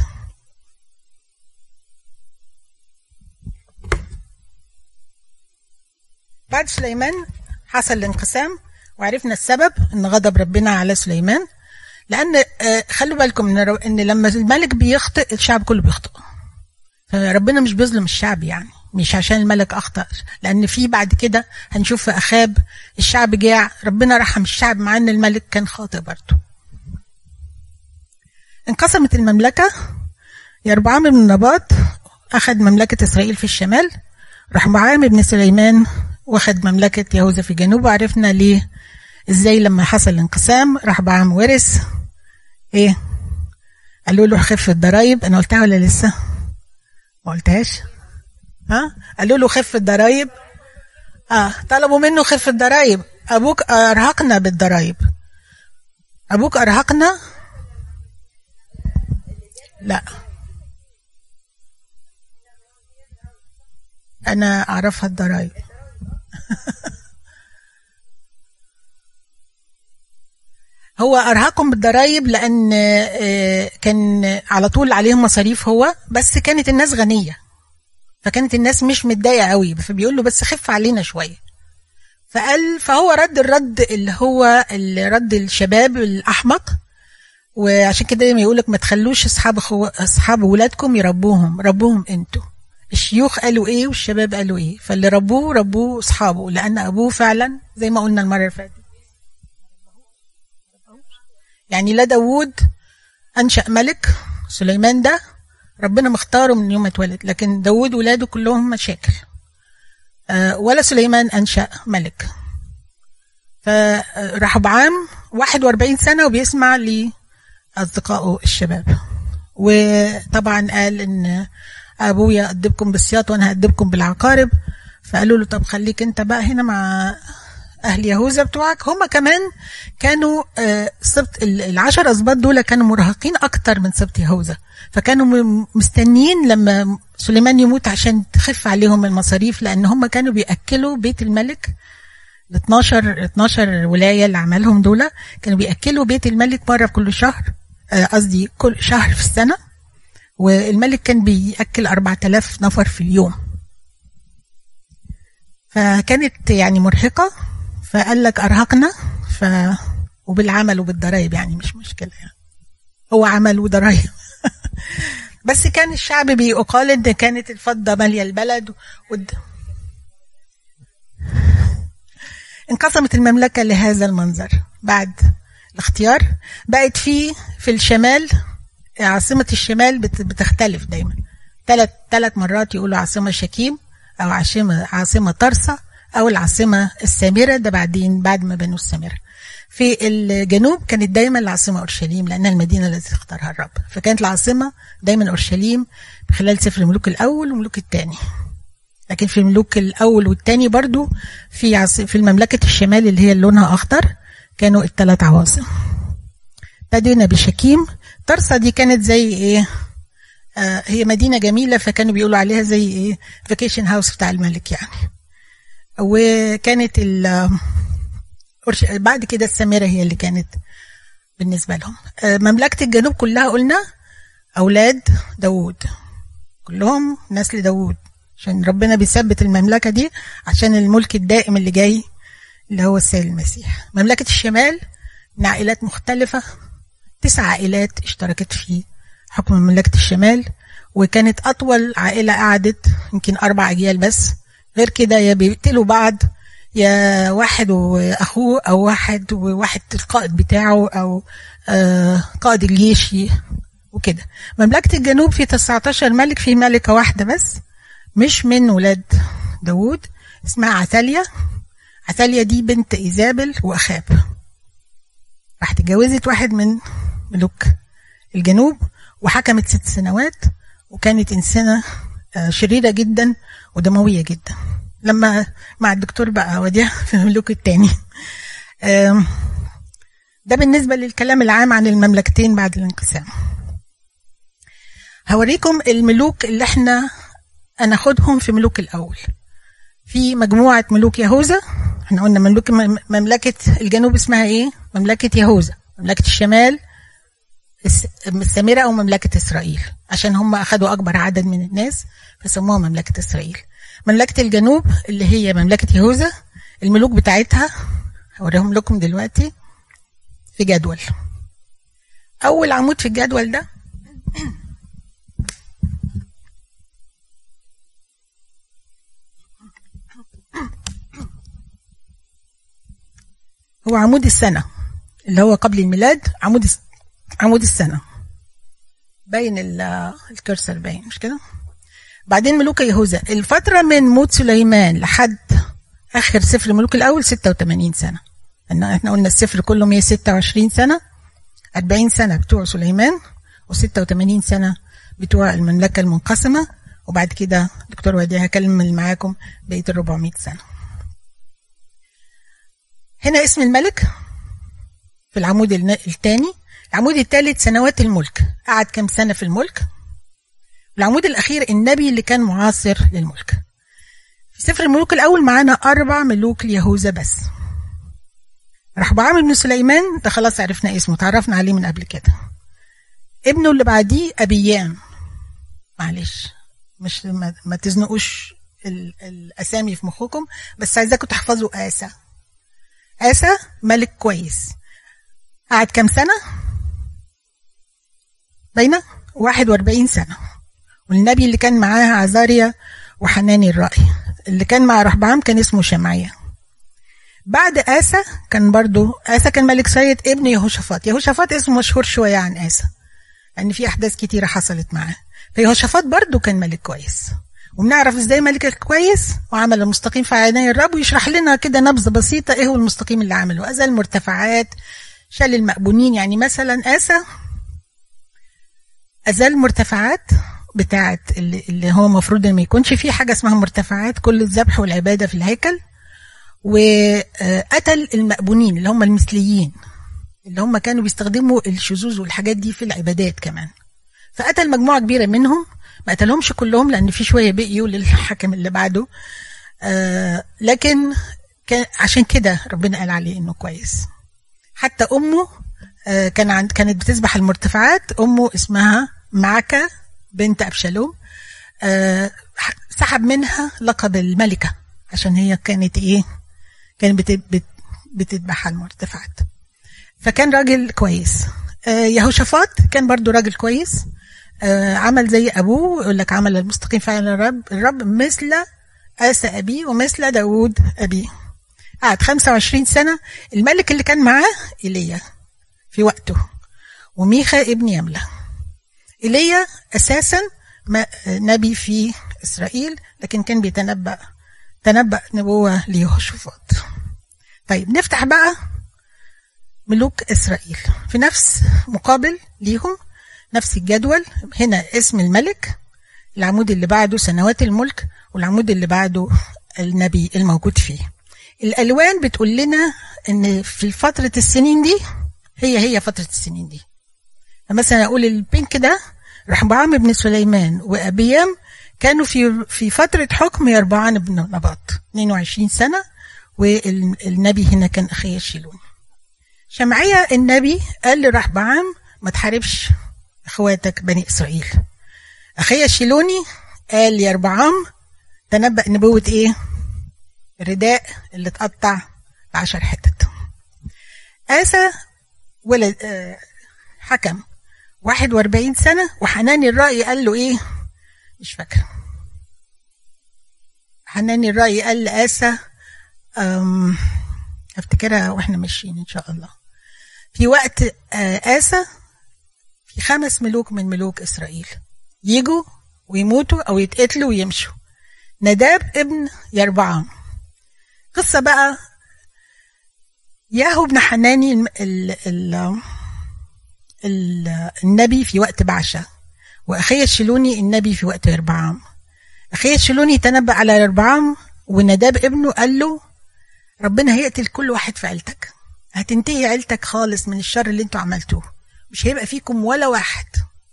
بعد سليمان حصل الانقسام، وعرفنا السبب ان غضب ربنا على سليمان، لان خلوا بالكم ان ان لما الملك بيخطئ الشعب كله بيخطئ، فربنا مش بيظلم الشعب، يعني مش عشان الملك اخطأ، لان في بعد كده هنشوف في اخاب الشعب جاع ربنا رحم الشعب مع ان الملك كان خاطئ برضه. انقسمت المملكه، يربعام بن نباط اخذ مملكه اسرائيل في الشمال، رحبعام بن سليمان واخد مملكة يهوذا في الجنوب. وعرفنا ليه ازاي لما حصل الانقسام رحبعام ورث ايه؟ قالوا له خف الضرايب. انا قلتها ولا لسه؟ ما قلتهاش؟ ها؟ قالوا له خف الضرايب. اه طلبوا منه خف الضرايب. ابوك ارهقنا بالضرايب. ابوك ارهقنا؟ لا انا اعرفها الضرايب. هو أرهقهم بالضرايب لأن كان على طول عليهم مصاريف هو، بس كانت الناس غنية فكانت الناس مش متضايقة قوي، فبيقول له بس خف علينا شوية. فقال فهو رد الرد اللي هو الرد الشباب الأحمق، وعشان كده دايما يقولك ما تخلوش أصحاب أصحاب ولادكم يربوهم، ربوهم أنتوا. الشيوخ قالوا ايه والشباب قالوا ايه، فاللي ربوه ربوه اصحابه، لان ابوه فعلا زي ما قلنا المره اللي فاتت يعني لا داود انشأ ملك، سليمان ده ربنا مختاره من يوم ما اتولد، لكن داود ولاده كلهم مشاكل، أه ولا سليمان انشأ ملك. فرحبعام واحد وأربعين سنه وبيسمع لاصدقائه الشباب، وطبعا قال ان ابويا ادبكم بالسياط وانا هادبكم بالعقارب. فقالوا له طب خليك انت بقى هنا مع اهل يهوذا بتوعك. هم كمان كانوا سبط العشر اسباط دول كانوا مرهقين اكتر من سبط يهوذا، فكانوا مستنيين لما سليمان يموت عشان تخف عليهم المصاريف، لان هم كانوا بياكلوا بيت الملك ال اتناشر اتناشر ولايه اللي عملهم دول، كانوا بياكلوا بيت الملك مره كل شهر، قصدي كل شهر في السنه، والملك كان بيأكل أربعة آلاف نفر في اليوم، فكانت يعني مرهقة. فقال لك أرهقنا ف... وبالعمل وبالضرايب، يعني مش مشكلة، يعني هو عمل وضرايب بس كان الشعب بيقال إن كانت الفضة مالية البلد ود... انقسمت المملكة لهذا المنظر. بعد الاختيار بقت فيه في الشمال عاصمة الشمال بتختلف دايما، ثلاث ثلاث مرات يقولوا عاصمة شكيم أو عاصمة عاصمة طرسة أو العاصمة السامرة، ده بعدين بعد ما بنوا السامرة. في الجنوب كانت دايما العاصمة أورشليم لأنها المدينة التي اختارها الرب، فكانت العاصمة دايما أورشليم خلال سفر الملوك الأول والملوك الثاني. لكن في الملوك الأول والثاني برضو في في المملكة الشمال اللي هي لونها أخضر كانوا الثلاث عواصم. بدينا بشكيم. طرسة دي كانت زي إيه؟ آه هي مدينة جميلة، فكانوا بيقولوا عليها زي إيه؟ فيكيشن هاوس بتاع الملك يعني. وكانت ال بعد كده السامرة هي اللي كانت بالنسبة لهم. آه مملكة الجنوب كلها قلنا أولاد داود، كلهم نسل داود، عشان ربنا بيثبت المملكة دي عشان الملك الدائم اللي جاي اللي هو السيد المسيح. مملكة الشمال من عائلات مختلفة، تسع عائلات اشتركت في حكم مملكة الشمال، وكانت أطول عائلة قعدت يمكن أربع أجيال بس. غير كده يا بيقتلوا بعض، يا واحد وأخوه، أو واحد وواحد القائد بتاعه، أو آه قائد الجيش وكده. مملكة الجنوب في تسعتاشر ملك، في ملكة واحدة بس مش من ولاد داود اسمها عتاليا. عتاليا دي بنت إيزابل وأخاب، راحت اتجوزت واحد من ملوك الجنوب وحكمت ست سنوات، وكانت إنسانة شريرة جدا ودموية جدا. لما مع الدكتور بقى وديع في الملوك الثاني. ده بالنسبة للكلام العام عن المملكتين بعد الانقسام. هوريكم الملوك اللي احنا هناخدهم في ملوك الأول. في مجموعة ملوك يهوذا، احنا قلنا مملكة مملكة الجنوب اسمها ايه؟ مملكة يهوذا. مملكة الشمال السامرة أو مملكة إسرائيل، عشان هم أخذوا أكبر عدد من الناس فسموها مملكة إسرائيل. مملكة الجنوب اللي هي مملكة يهوذا، الملوك بتاعتها هوريهم لكم دلوقتي في جدول. أول عمود في الجدول ده هو عمود السنة اللي هو قبل الميلاد، عمود عمود السنة باين الكرسر باين مش كده. بعدين ملوك يهوذا، الفترة من موت سليمان لحد آخر سفر الملوك الأول ستة وثمانين سنة. احنا قلنا السفر كله مية وستة وعشرين سنة، أربعين سنة بتوع سليمان وستة وثمانين سنة بتوع المملكة المنقسمة، وبعد كده دكتور وديع هكلم معاكم بقية الربعمية سنة. هنا اسم الملك في العمود الثاني. العمود الثالث سنوات الملك، قعد كم سنة في الملك. العمود الأخير النبي اللي كان معاصر للملك. في سفر الملوك الأول معانا أربع ملوك ليهوذا بس. رحبعام ابن سليمان ده خلاص عرفنا اسمه، تعرفنا عليه من قبل كده. ابنه اللي بعديه أبيام، معلش مش ما, ما تزنقوش الأسامي في مخكم، بس عايزاكم تحفظوا آسى. آسى ملك كويس، قعد كم سنة؟ بين واحد وأربعين سنة. والنبي اللي كان معاه عزاريا وحناني الرأي. اللي كان مع رحبعام كان اسمه شمعية. بعد آسى كان برضو آسى كان ملك سيد ابن يهوشافاط. يهوشافاط اسمه مشهور شوية عن آسى لأن في أحداث كتيرة حصلت معاه. فيهوشافاط برضو كان ملك كويس، وبنعرف ازاي ملك كويس وعمل المستقيم في عيني الرب، ويشرح لنا كده نبذة بسيطة ايه هو المستقيم اللي عمله. أزال المرتفعات، شال المأبونين. يعني مثلا آسى أزال المرتفعات بتاعت اللي, اللي هو مفروض ان ما يكونش فيه حاجة اسمها مرتفعات، كل الذبح والعبادة في الهيكل. وقتل المأبونين اللي هم المثليين اللي هم كانوا بيستخدموا الشذوذ والحاجات دي في العبادات كمان. فقتل مجموعة كبيرة منهم، ما قتلهمش كلهم لأن في شوية بقيوا للحكم اللي بعده. آه لكن كان عشان كده ربنا قال عليه إنه كويس. حتى أمه آه كان عند كانت بتذبح المرتفعات. أمه اسمها معكة بنت أبشالوم. آه سحب منها لقب الملكة عشان هي كانت إيه كانت بت بت بتذبح المرتفعات. فكان راجل كويس. آه يهوشافاط كان برضو راجل كويس. آه عمل زي أبوه، يقول لك عمل المستقيم فعل الرب الرب مثل آسى أبيه ومثل داود أبيه. قعد خمسة وعشرين سنة. الملك اللي كان معاه إيليا في وقته، وميخا ابن يملة. إيليا أساسا نبي في إسرائيل، لكن كان بيتنبأ تنبأ نبوة ليهوشافاط. طيب نفتح بقى ملوك إسرائيل في نفس مقابل ليهم، نفس الجدول. هنا اسم الملك، العمود اللي بعده سنوات الملك، والعمود اللي بعده النبي الموجود فيه. الألوان بتقول لنا إن في فترة السنين دي هي هي فترة السنين دي. مثلا أقول البينك ده رحبعام بن سليمان وأبيام كانوا في في فترة حكم يربعان بن نباط اثنين وعشرين سنة، والنبي هنا كان أخي شيلون. شمعية النبي قال لرحبعام ما تحاربش اخواتك بني إسرائيل. أخي شيلوني قال ليربعام تنبأ نبوة ايه؟ الرداء اللي اتقطع بعشر حتت. آسى ولد آه حكم واحد واربعين سنة، وحناني الرأي قال له ايه؟ مش فاكر. حناني الرأي قال لآسى افتكرها واحنا ماشيين ان شاء الله. في وقت آسى في خمس ملوك من ملوك إسرائيل يجوا ويموتوا او يتقتلوا ويمشوا. نداب ابن يربعام. قصة بقى ياهو بن حناني ال ال ال النبي في وقت بعشة، وأخي الشيلوني النبي في وقت يربعام. أخي الشيلوني تنبأ على يربعام، ونداب ابنه قال له ربنا هيقتل كل واحد في عيلتك، هتنتهي عيلتك خالص من الشر اللي انتوا عملتوه، مش هيبقى فيكم ولا واحد.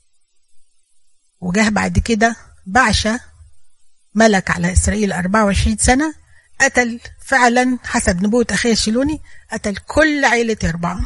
وجاه بعد كده بعشة ملك على إسرائيل أربعة وعشرين سنة، قتل فعلا حسب نبوة أخي الشيلوني، قتل كل عيلة يربعام.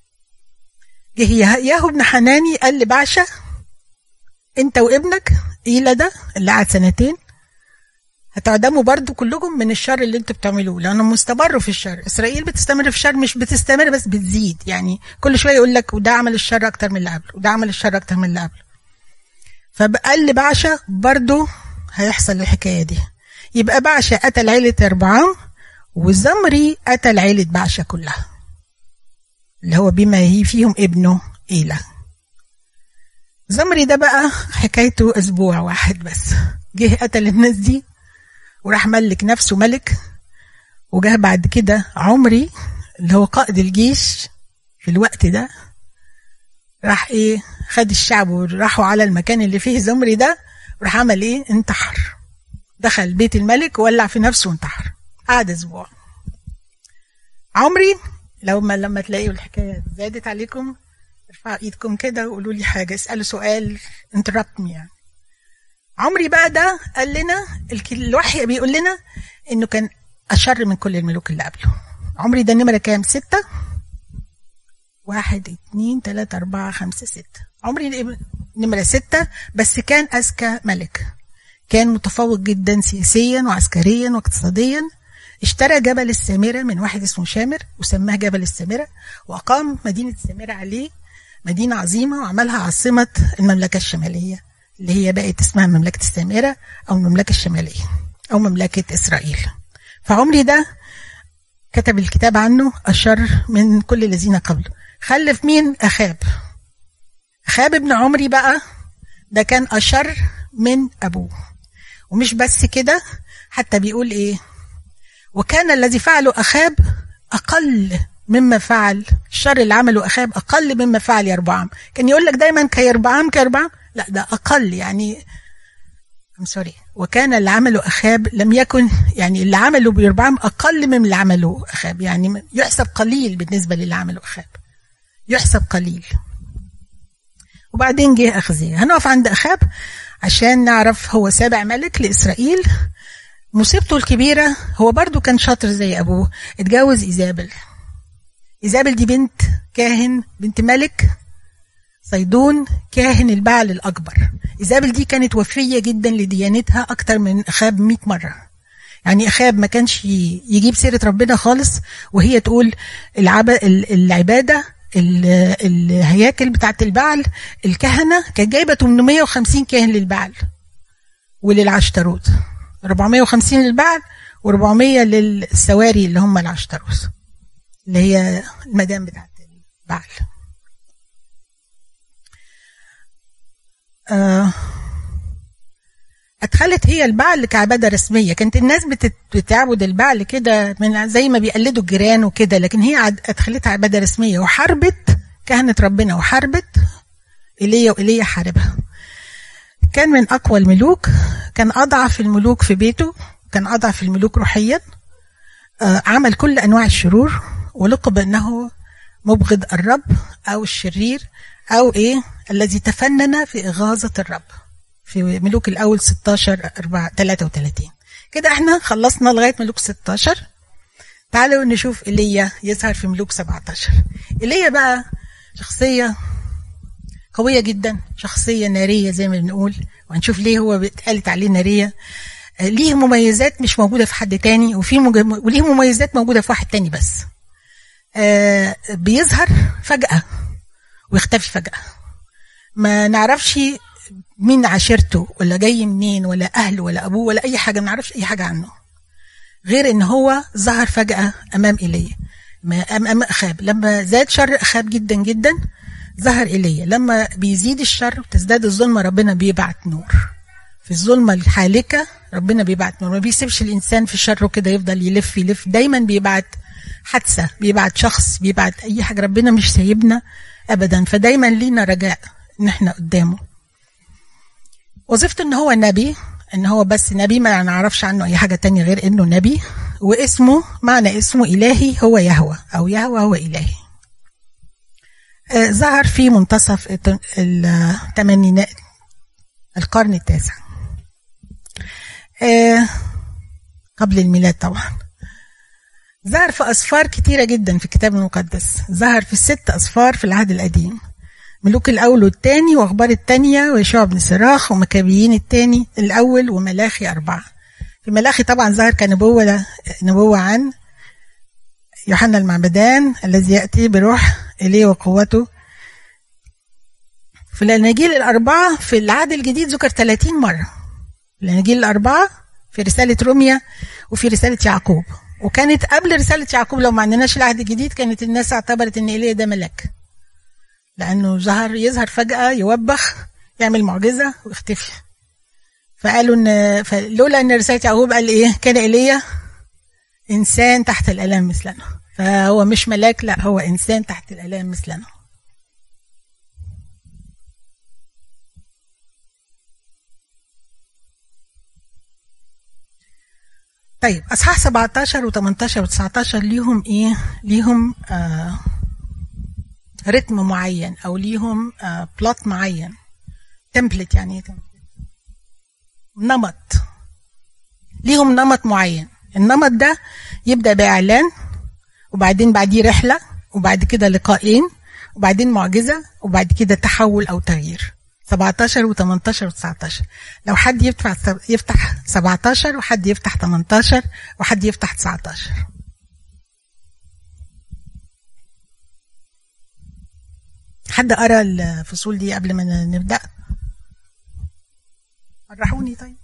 جه ياهو بن حناني قال لبعشة انت وابنك إيلا ده اللي قعد سنتين هتعدموا برضو كلكم من الشر اللي انتوا بتعملوه، لانهم مستمروا في الشر. اسرائيل بتستمر في الشر، مش بتستمر بس بتزيد، يعني كل شويه يقول لك وده عمل الشر اكتر من اللي قبله، وده عمل الشر اكتر من اللي قبله. فقال لبعشة برضو هيحصل الحكايه دي. يبقى بعشة قتل عيله يربعام، وزمري قتل عيله بعشة كلها، اللي هو بما هي فيهم ابنه إيلا. زمري ده بقى حكايته اسبوع واحد بس، جه قتل الناس دي وراح ملك نفسه ملك. وجاه بعد كده عمري اللي هو قائد الجيش في الوقت ده، راح ايه خد الشعب وراحوا على المكان اللي فيه زمري ده، وراح عمل ايه انتحر، دخل بيت الملك وولع في نفسه وانتحر. قعد اسبوع. عمري لو ما لما تلاقيوا الحكايه زادت عليكم ارفعوا ايدكم كده وقولوا لي حاجه، اسالوا سؤال انتربت مي. يعني عمري بقى ده قال لنا الوحي بيقول لنا انه كان اشر من كل الملوك اللي قبله. عمري ده نمرة كام؟ ستة. واحد اتنين تلاتة اربعة خمسة ستة. عمري نمرة ستة، بس كان اذكى ملك، كان متفوق جدا سياسيا وعسكريا واقتصاديا. اشترى جبل السامرة من واحد اسمه شامر وسماه جبل السامرة، واقام مدينة السامرة عليه، مدينة عظيمة، وعملها عاصمة المملكة الشمالية اللي هي بقت اسمها مملكة السامرة أو المملكة الشمالية أو مملكة إسرائيل. فعمري ده كتب الكتاب عنه أشر من كل الذين قبله. خلف مين؟ أخاب. أخاب ابن عمري بقى ده كان أشر من أبوه. ومش بس كده، حتى بيقول إيه؟ وكان الذي فعله أخاب أقل مما فعل، الشر اللي عمله أخاب أقل مما فعل يربعام. كان يقول لك دايما كيربعام كيربعام، لا ده أقل، يعني I'm sorry. وكان اللي عمله أخاب لم يكن، يعني اللي عمله بيربعام أقل من اللي عمله أخاب، يعني يحسب قليل بالنسبة للي عمله أخاب، يحسب قليل. وبعدين جه أخزية. هنقف عند أخاب عشان نعرف هو سابع ملك لإسرائيل. مصيبته الكبيرة هو برضو كان شاطر زي أبوه، اتجوز إيزابل. إيزابل دي بنت كاهن، بنت ملك صيدون كاهن البعل الأكبر. إيزابل دي كانت وفية جدا لديانتها أكتر من أخاب مئة مرة. يعني أخاب ما كانش يجيب سيرة ربنا خالص، وهي تقول العبادة الهياكل بتاعت البعل، الكهنة كانت جايبة ثمانمائة وخمسين كاهن للبعل وللعشتروت، أربعمائة وخمسين للبعل وأربعمائة للسواري اللي هم العشتروت اللي هي المدام بتاعت البعل. آه ادخلت هي البعل كعباده رسميه. كانت الناس بتعبد البعل كده من زي ما بيقلدوا الجيران وكده، لكن هي ادخلتها عباده رسميه وحاربت كهنه ربنا وحاربت ايليا وايليا حاربها. كان من اقوى الملوك، كان اضعف الملوك في بيته، كان اضعف الملوك روحيا. آه عمل كل انواع الشرور ولقب انه مبغض الرب او الشرير او ايه الذي تفنن في اغاظه الرب في ملوك الاول ستاشر تلاتة وتلاتين. كده احنا خلصنا لغايه ملوك ستاشر. تعالوا نشوف ايليا يظهر في ملوك سبعتاشر. ايليا بقى شخصيه قويه جدا، شخصيه ناريه زي ما بنقول، وهنشوف ليه هو اتقالت عليه ناريه. ليه مميزات مش موجوده في حد تاني، وفي مج... وليه مميزات موجوده في واحد تاني بس. آه بيظهر فجاه ويختفي فجاه، ما نعرفش مين عشيرته ولا جاي منين ولا اهله ولا ابوه ولا اي حاجه، ما نعرفش اي حاجه عنه غير ان هو ظهر فجاه امام ايليا، امام اخاب. لما زاد شر اخاب جدا جدا ظهر ايليا. لما بيزيد الشر وتزداد الظلمه ربنا بيبعت نور. في الظلمه الحالكه ربنا بيبعت نور، ما بيسيبش الانسان في شره كده يفضل يلف يلف، دايما بيبعت حادثه، بيبعت شخص، بيبعت اي حاجه. ربنا مش سايبنا ابدا، فدايما لينا رجاء ان احنا قدامه. وظيفته ان هو نبي، ان هو بس نبي، ما نعرفش عنه اي حاجه تانية غير انه نبي. واسمه، معنى اسمه الهي هو يهوه، او يهوه هو الهي. آه ظهر في منتصف الثمانينات القرن التاسع آه قبل الميلاد طبعا. ظهر في أسفار كتيرة جدا في الكتاب المقدس، ظهر في الست أسفار في العهد القديم: ملوك الأول والثاني، وأخبار الثانية، ويشوع بن سراخ، ومكابيين الثاني الأول، وملاخي أربعة. في ملاخي طبعا ظهر كنبوة نبوة عن يوحنا المعمدان الذي يأتي بروح إليه وقوته. في الأناجيل الأربعة في العهد الجديد ذكر ثلاثين مرة. الأناجيل الأربعة في رسالة روميا وفي رسالة يعقوب. وكانت قبل رسالة يعقوب لو ما عندناش العهد الجديد كانت الناس اعتبرت ان إيليا ده ملاك، لأنه ظهر يظهر فجأة يوبخ يعمل معجزة ويختفي. فقالوا ان فلولا ان رسالة يعقوب قال ايه كان إيليا إنسان تحت الآلام مثلنا، فهو مش ملاك، لا هو إنسان تحت الآلام مثلنا. طيب اصحاح سبعتاشر وتمنتاشر وتسعتاشر ليهم ايه؟ ليهم آه رتم معين، او ليهم آه بلوت معين، تمبلت. يعني ايه نمط؟ ليهم نمط معين. النمط ده يبدا باعلان، وبعدين بعديه رحله، وبعد كده لقاءين، وبعدين معجزه، وبعد كده تحول او تغيير. سبعتاشر وتمنتاشر وتسعتاشر. لو حد يفتح يفتح سبعتاشر، وحد يفتح تمنتاشر، وحد يفتح تسعتاشر. حد قرأ الفصول دي قبل ما نبدأ؟ فرحوني. طيب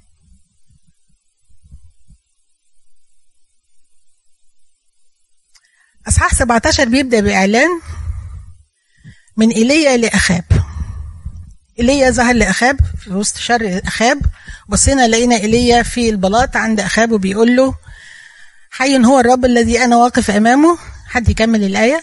أصحاح سبعتاشر بيبدأ بإعلان من إيليا لأخاب. إيليا ظهر لأخاب في وسط شر أخاب. بصينا لقينا إيليا في البلاط عند أخاب وبيقول له: حي هو الرب الذي أنا واقف أمامه. حد يكمل الآية؟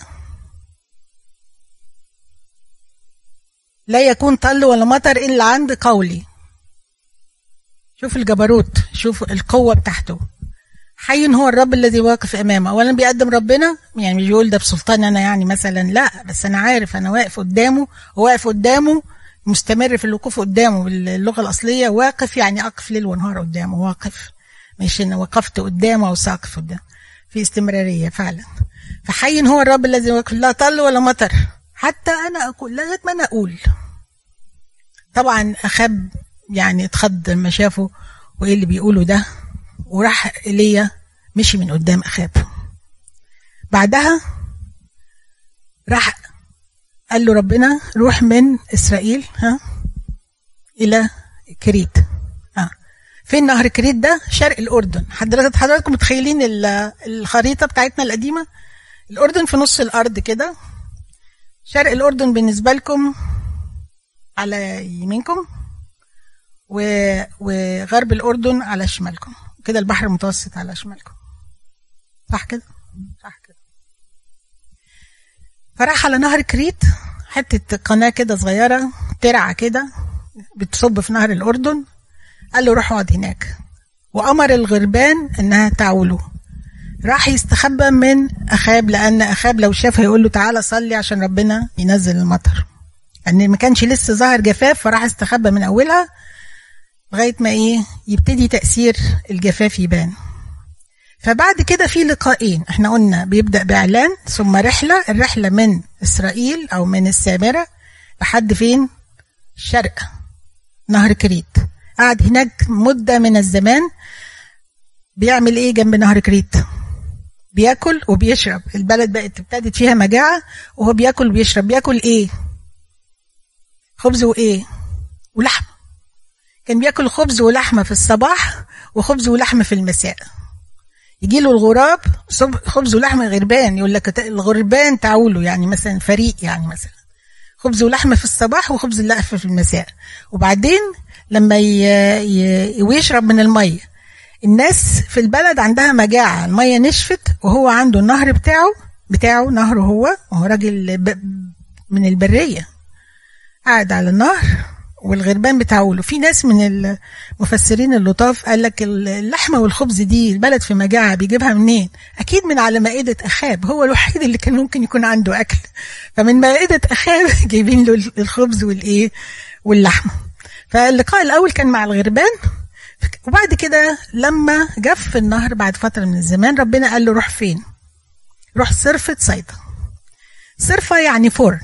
لا يكون طل ولا مطر إلا عند قولي. شوف الجبروت، شوف القوة بتاعته. حي هو الرب الذي واقف أمامه. أولا بيقدم ربنا، يعني مش بيقول ده بسلطان أنا يعني مثلا، لا، بس أنا عارف أنا واقف قدامه، وواقف قدامه مستمر في الوقوف قدامه. باللغة الأصلية واقف يعني أقف ليل ونهار قدامه، واقف، مش إن وقفت قدامه أو ساقف قدامه، في استمرارية فعلا. فحي هو الرب الذي واقف، لا طل ولا مطر حتى أنا أقول، لغاية ما أنا أقول. طبعا أخاب يعني اتخض لما شافه وإيه اللي بيقوله ده، وراح إيليا مشي من قدام أخاب. بعدها راح قال له ربنا: روح من إسرائيل ها إلى كريت. ها فين نهر كريت ده؟ شرق الأردن. حضرتك حضراتكم متخيلين الخريطة بتاعتنا القديمة؟ الأردن في نص الأرض كده. شرق الأردن بالنسبة لكم على يمينكم، وغرب الأردن على شمالكم كده، البحر المتوسط على شمالكم، صح كده؟ صح كده. فراح على نهر كريت، حتة قناة كده صغيرة، ترعة كده بتصب في نهر الأردن. قال له روح اقعد هناك، وأمر الغربان إنها تعوله. راح يستخبى من أخاب، لأن أخاب لو شاف هيقول له تعالى صلي عشان ربنا ينزل المطر، لأن يعني ما كانش لسه ظاهر جفاف، فراح استخبى من أولها لغاية ما إيه يبتدي تأثير الجفاف يبان. فبعد كده في لقاءين، احنا قلنا بيبدأ بإعلان ثم رحلة، الرحلة من إسرائيل أو من السامرة لحد فين؟ الشرق نهر كريت. قعد هناك مدة من الزمان. بيعمل ايه جنب نهر كريت؟ بياكل وبيشرب. البلد بقت ابتدت فيها مجاعة وهو بياكل وبيشرب. بياكل ايه؟ خبز وايه؟ ولحم. كان بياكل خبز ولحمة في الصباح وخبز ولحمة في المساء. يجي له الغراب خبز ولحمة غربان، يقول لك الغربان تعولوا، يعني مثلا فريق، يعني مثلا خبز ولحمة في الصباح وخبز اللحمة في المساء. وبعدين لما يشرب من المية، الناس في البلد عندها مجاعة، المية نشفت، وهو عنده النهر بتاعه بتاعه نهره هو، وهو راجل من البرية قاعد على النهر والغربان بتاعوله. في ناس من المفسرين اللطاف قال لك اللحمة والخبز دي البلد في مجاعة، بيجيبها منين؟ أكيد من على مائدة أخاب، هو الوحيد اللي كان ممكن يكون عنده أكل، فمن مائدة أخاب جايبين له الخبز والإيه واللحمة. فاللقاء الأول كان مع الغربان. وبعد كده لما جف النهر بعد فترة من الزمان، ربنا قال له روح فين؟ روح صرفة صيدا. صرفة يعني فرن،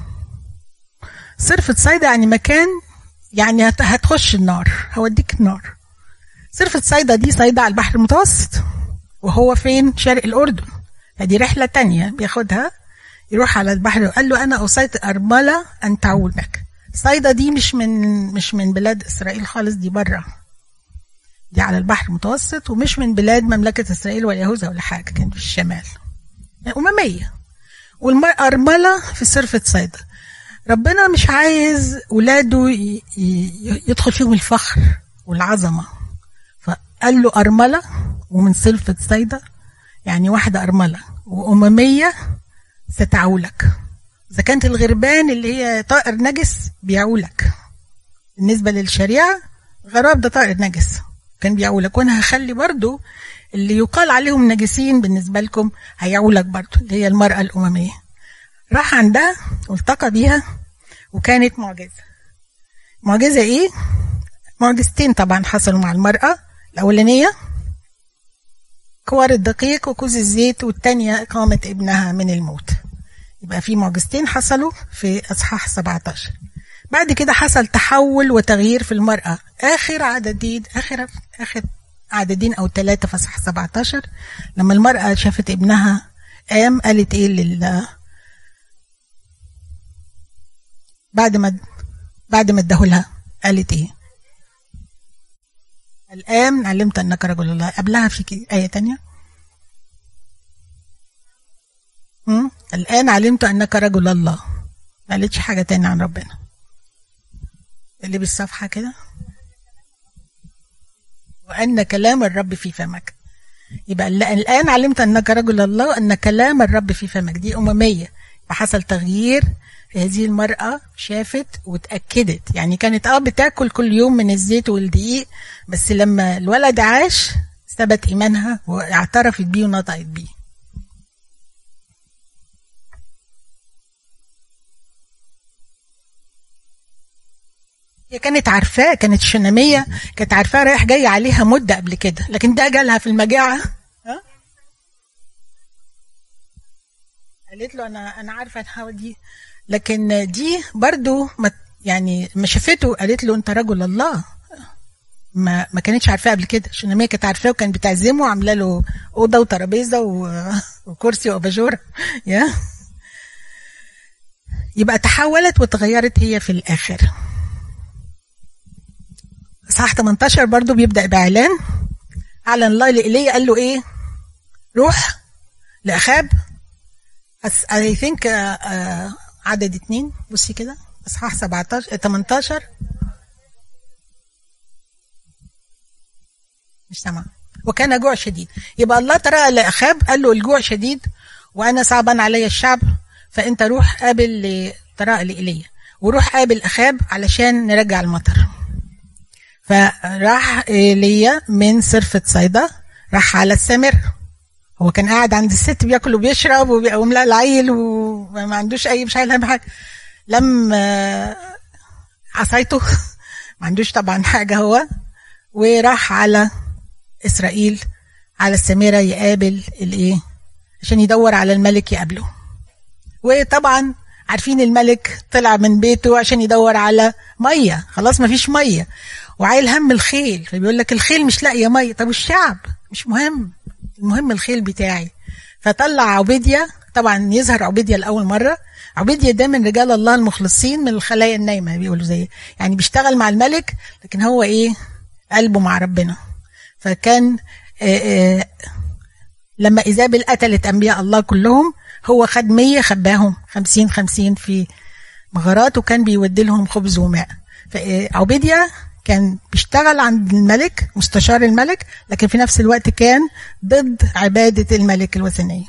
صرفة صيدا يعني مكان، يعني هتخش النار، هوديك النار. صرفة صيدا دي صيدا على البحر المتوسط، وهو فين؟ شرق الأردن. فدي رحلة تانية بياخدها، يروح على البحر. قال له أنا أوصيت أرملة أن تعولك. صيدا دي مش من مش من بلاد إسرائيل خالص، دي بره، دي على البحر المتوسط، ومش من بلاد مملكة إسرائيل ولا يهوذا ولا حاجة، كانت في الشمال، يعني أممية. والأرملة في صرفة صيدا. ربنا مش عايز ولاده يدخل فيهم الفخر والعظمة، فقال له أرملة ومن صرفة صيدا، يعني واحدة أرملة وأممية ستعولك. إذا كانت الغربان اللي هي طائر نجس بيعولك، بالنسبة للشريعة غراب ده طائر نجس كان بيعولك، وانا هخلي برضو اللي يقال عليهم نجسين بالنسبة لكم هيعولك برضو، اللي هي المرأة الأممية. راح عندها والتقى بيها، وكانت معجزة. معجزة ايه؟ معجزتين طبعا حصلوا مع المرأة. الأولانية كوار الدقيق وكوز الزيت، والتانية إقامة ابنها من الموت. يبقى في معجزتين حصلوا في أصحاح سبعة عشر. بعد كده حصل تحول وتغيير في المرأة. آخر عددين آخر آخر عددين أو ثلاثة في أصحاح سبعة عشر، لما المرأة شافت ابنها قام، قالت إيه لل بعد ما بعد ما اداهولها قالت إيه؟ الآن علمت أنك رجل الله. قبلها في آية تانية، م? الآن علمت أنك رجل الله. ما قالتش حاجة تانية عن ربنا. اللي بالصفحة كده، وأن كلام الرب في فمك. يبقى الآن علمت أنك رجل الله وأن كلام الرب في فمك، دي أممية. فحصل تغيير في هذه المرأة، شافت وتأكدت. يعني كانت اه بتاكل كل يوم من الزيت والدقيق، بس لما الولد عاش ثبت إيمانها واعترفت بيه ونطقت بيه. هي كانت عارفاه، كانت شنامية، كانت عارفاه رايح جاي عليها مدة قبل كده، لكن ده جالها في المجاعة. ها؟ قالت له أنا أنا عارفة الحاجة دي، لكن دي برضو ما يعني ما شافته. قالت له أنت رجل الله. ما ما كانتش عارفاه قبل كده. شنامية كانت عارفاه وكانت بتعزمه وعامله له أوضة وترابيزة وكرسي وأباجورة. يا يبقى تحولت وتغيرت هي في الآخر. صح ثمانية عشر برضو بيبدأ بإعلان. أعلن الله لإيليا، قال له إيه؟ روح لأخاب. I think uh, uh, عدد اتنين، بصي كده، إصحاح سبعة عشر ثمانية عشر. مش سامع. وكان جوع شديد. يبقى الله ترى لأخاب قال له الجوع شديد وأنا صعبان علي الشعب، فأنت روح قابل ترى لإيليا وروح قابل أخاب علشان نرجع المطر. فراح إيليا من صرفة صيدا راح على السامر. هو كان قاعد عند الست بياكل وبيشرب وملا العيل وما عندوش أي مش عايل هم حاجة. لم عصايته ما عندوش طبعا حاجة هو، وراح على إسرائيل على السامرة يقابل الإيه عشان يدور على الملك يقابله. وطبعا عارفين الملك طلع من بيته عشان يدور على مية، خلاص ما فيش مية وعايل هم الخيل، فبيقول لك الخيل مش لاقيه مية. طب الشعب مش مهم، المهم الخيل بتاعي. فطلع عبيديا، طبعا يظهر عبيديا لأول مرة. عبيديا ده من رجال الله المخلصين من الخلايا النايمة بيقولوا زي يعني بيشتغل مع الملك لكن هو ايه قلبه مع ربنا. فكان آآ آآ لما إيزابل قتلت أنبياء الله كلهم هو خد مية خباهم خمسين خمسين في مغارات وكان بيودي لهم خبز وماء. فعبيديا كان بيشتغل عند الملك مستشار الملك لكن في نفس الوقت كان ضد عبادة الملك الوثنية.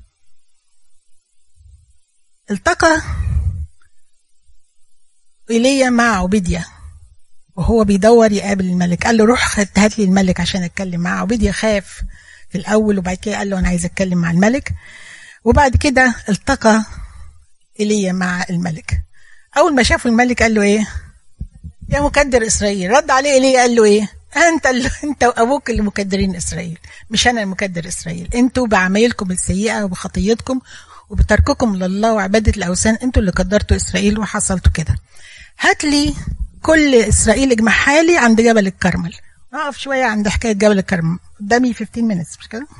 التقى إيليا مع عبيديا وهو بيدور يقابل الملك. قال له روح هات لي الملك عشان اتكلم معه. عبيديا خاف في الأول وبعد كده قال له أنا عايز اتكلم مع الملك. وبعد كده التقى إيليا مع الملك. أول ما شافوا الملك قال له إيه يا مكدر إسرائيل. رد عليه إيليا قال له إيه أنت اللي أنت وأبوك اللي مكدرين إسرائيل، مش أنا المكدر إسرائيل. أنتوا بعمايلكم السيئة وبخطيتكم وبترككم لله وعبادة الأوثان أنتوا اللي قدرتوا إسرائيل وحصلتوا كده. هات لي كل إسرائيل اجمعها لي عند جبل الكرمل. أقف شوية عند حكاية جبل الكرمل قدامي خمستاشر minutes مش كده؟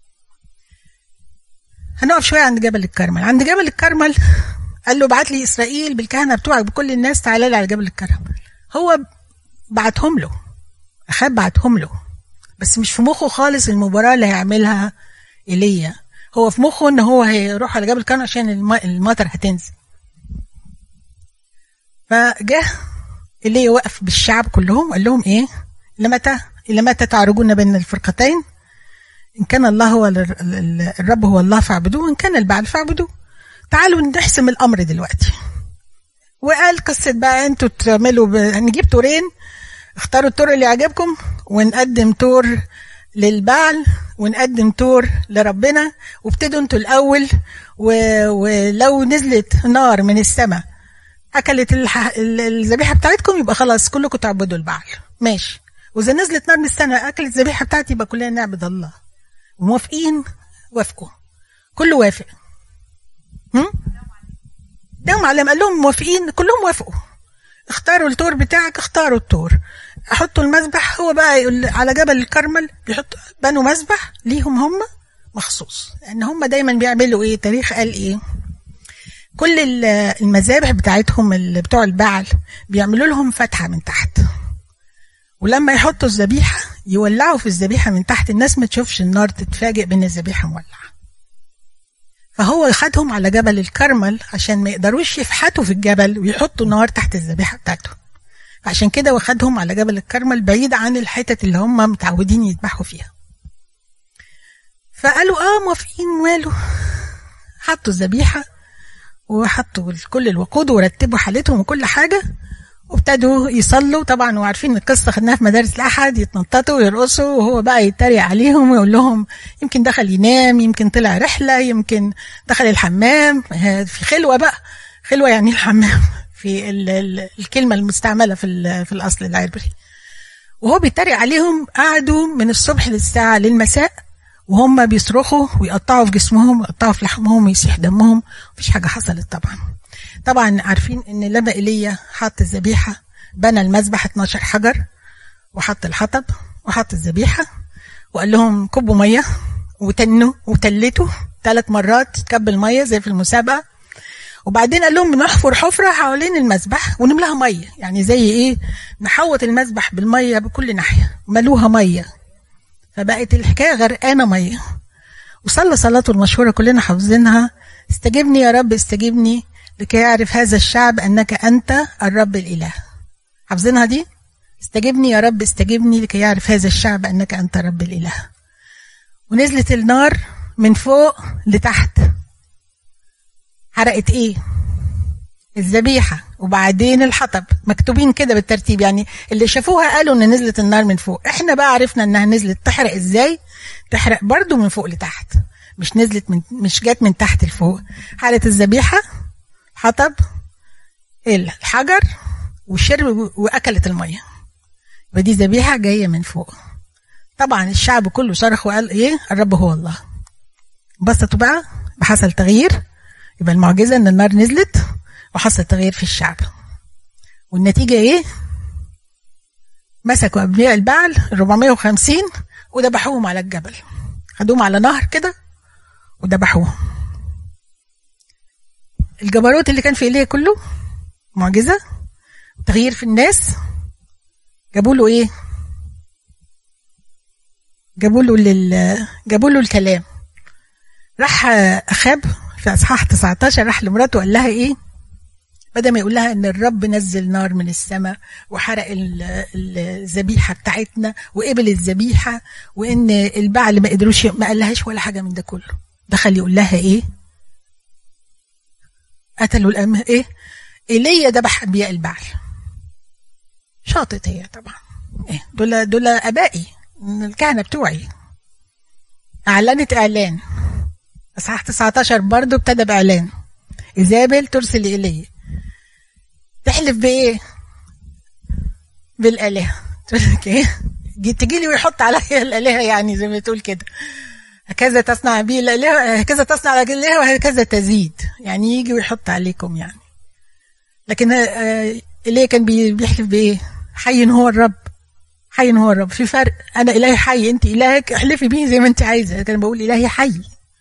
هنقف شوية عند جبل الكرمل. عند جبل الكرمل قال له بعت لي إسرائيل بالكهنة بتوعك بكل الناس تعالى لي على جبل الكرمل. هو بعتهم له، أخاب بعتهم له، بس مش في مخه خالص المباراة اللي هيعملها إيليا. هو في مخه ان هو هيروح على جبل الكرمل عشان المطر هتنزل. فجاه إيليا وقف بالشعب كلهم قال لهم ايه لمتى لمتى تعرجون بين الفرقتين؟ ان كان الله هو الرب هو الله فاعبدوه وان كان البعل فاعبدوه. تعالوا نحسم الامر دلوقتي. وقال قصه بقى انتوا تعملوا ب... نجيب تورين، اختاروا التور اللي يعجبكم ونقدم تور للبعل ونقدم تور لربنا وابتدوا انتوا الاول و... ولو نزلت نار من السماء اكلت الح... الذبيحه بتاعتكم يبقى خلاص كلكم تعبدوا البعل ماشي، واذا نزلت نار من السماء اكلت الذبيحه بتاعتي يبقى كلنا نعبد الله. وموافقين؟ وافقوا، كله وافق. هم داوم عليهم قال لهم موافقين كلهم وافقوا. اختاروا التور بتاعك، اختاروا التور، احطوا المذبح. هو بقى يقول على جبل الكرمل بيحطوا بنوا مذبح ليهم هم مخصوص، لان هم دايما بيعملوا ايه، تاريخ قال ايه، كل المذابح بتاعتهم اللي بتوع البعل بيعملوا لهم فتحه من تحت، ولما يحطوا الذبيحه يولعوا في الذبيحه من تحت، الناس ما تشوفش النار، تتفاجئ بان الذبيحه مولعه. فهو خدهم على جبل الكرمل عشان ما يقدروش يفحتوا في الجبل ويحطوا نار تحت الذبيحه بتاعته، عشان كده واخدهم على جبل الكرمل بعيد عن الحتت اللي هم متعودين يذبحوا فيها. فقالوا اه موافقين ماله. حطوا الذبيحه وحطوا كل الوقود ورتبوا حالتهم وكل حاجه وابتدوا يصلوا. طبعا وعارفين القصه خدناها في مدارس الاحد، يتنططوا ويرقصوا وهو بقى يتريق عليهم ويقول لهم يمكن دخل ينام، يمكن طلع رحله، يمكن دخل الحمام. في خلوه بقى، خلوه يعني الحمام في ال ال الكلمه المستعمله في في الاصل العبري. وهو بيتريق عليهم. قعدوا من الصبح للساعه للمساء وهم بيصرخوا ويقطعوا في جسمهم ويقطعوا في لحمهم ويسيح دمهم، مفيش حاجه حصلت. طبعا طبعا عارفين ان لما ايليا حط الذبيحه بنى المذبح اتناشر حجر وحط الحطب وحط الذبيحه وقال لهم كبوا ميه وتنوا وتلتوا ثلاث مرات تكب الميه زي في المسابقه. وبعدين قال لهم نحفر حفره حوالين المذبح ونملاها ميه، يعني زي ايه، نحوط المذبح بالميه بكل ناحيه، ملوها ميه، فبقت الحكايه غرقانه ميه. وصلى صلاته المشهوره كلنا حافظينها، استجبني يا رب استجبني لكي يعرف هذا الشعب انك انت الرب الاله. حافظينها دي؟ استجبني يا رب استجبني لكي يعرف هذا الشعب أنك أنت رب الإله. ونزلت النار من فوق لتحت، حرقت ايه؟ الذبيحة وبعدين الحطب، مكتوبين كده بالترتيب، يعني اللي شافوها قالوا ان نزلت النار من فوق. احنا بقى عرفنا انها نزلت تحرق ازاي؟ تحرق برضو من فوق لتحت، مش نزلت من مش جات من تحت لفوق. حرقت الذبيحة، حطب، الحجر، وشرب واكلت المية. ودي ذبيحة جاية من فوق. طبعا الشعب كله صرخ وقال ايه؟ الرب هو الله. بسطوا بقى بحصل تغيير. يبقى المعجزة ان النار نزلت وحصل تغيير في الشعب. والنتيجة ايه؟ مسكوا ابناء البعل أربعمائة وخمسين وذبحوهم على الجبل، خدوهم على نهر كده وذبحوهم. الجبروت اللي كان في ايليا كله معجزة، تغيير في الناس. جابوا له ايه؟ جابوا له لل... جابوا له الكلام. راح اخاب في اصحاح تسعة عشر راح لمراته وقال لها ايه؟ بدل ما يقول لها ان الرب نزل نار من السماء وحرق الذبيحه بتاعتنا وقبل الذبيحه وان البعل ما قدروش، ما قالهاش ولا حاجه من ده كله. دخل يقول لها ايه؟ قتلوا الأم ايه؟ ايليا ذبح انبياء البعل. شاطت هي طبعا. ايه دول دول ابائي الكهنه بتوعي. اعلنت اعلان اصحاح تسعة عشر برضه ابتدى باعلان. ايزابل ترسل ايليا تحلف بايه؟ بالالهه. تقول لك ايه؟ تجي لي ويحط عليا الالهه، يعني زي ما تقول كده هكذا تصنع بي الالهه، هكذا تصنع على الالهه وهكذا تزيد، يعني يجي ويحط عليكم يعني. لكن ايليا كان بيحلف بايه؟ حي هو الرب، حي هو الرب. في فرق، انا الهي حي، انت الهك احلفي بيه زي ما انت عايزه. كان بقول الهي حي.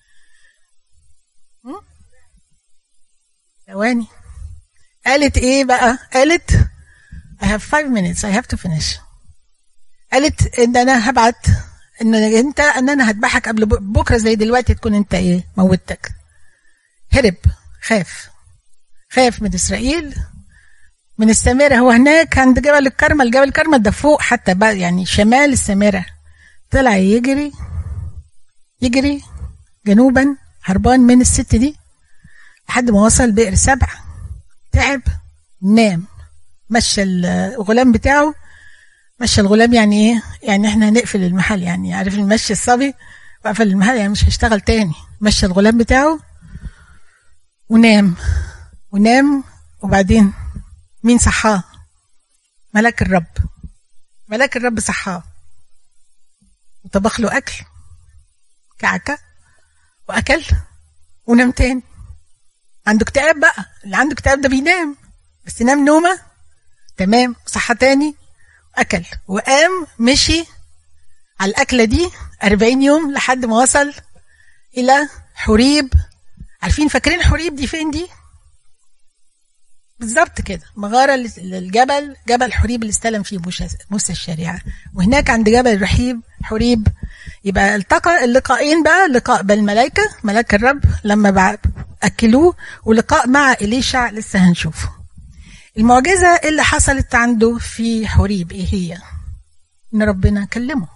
ثواني. قالت ايه بقى؟ قالت I have five minutes I have to finish. قالت ان انا هبعت ان انت ان انا هذبحك قبل بكره زي دلوقتي تكون انت ايه؟ موتك. هرب، خاف خاف من اسرائيل، من السامره. هو هناك عند جبل الكرمل. جبل الكرمل ده فوق حتى بقى، يعني شمال السامره. طلع يجري يجري جنوبا هربان من الست دي لحد ما وصل بئر سبع. تعب، نام، مشى الغلام بتاعه. مشى الغلام يعني ايه؟ يعني احنا هنقفل المحل، يعني عارف المشي الصبي وقفل المحل، يعني مش هيشتغل تاني. مشى الغلام بتاعه ونام ونام وبعدين مين صحاه؟ ملاك الرب. ملاك الرب صحاه وطبخ له اكل كعكه واكل ونام تاني. عنده اكتئاب بقى، اللي عنده اكتئاب ده بينام، بس نام نومه تمام، صحى تاني اكل وقام مشي على الاكله دي أربعين يوم لحد ما وصل الى حوريب. عارفين فاكرين حوريب دي فين؟ دي بالظبط كده مغاره للجبل، جبل حوريب اللي استلم فيه موسى الشريعه. وهناك عند جبل رحيب حوريب يبقى التقى اللقاءين بقى، لقاء بالملائكه ملاك الرب لما اكلوه، ولقاء مع إليشع لسه هنشوفه. المعجزه اللي حصلت عنده في حوريب ايه هي؟ ان ربنا كلمه.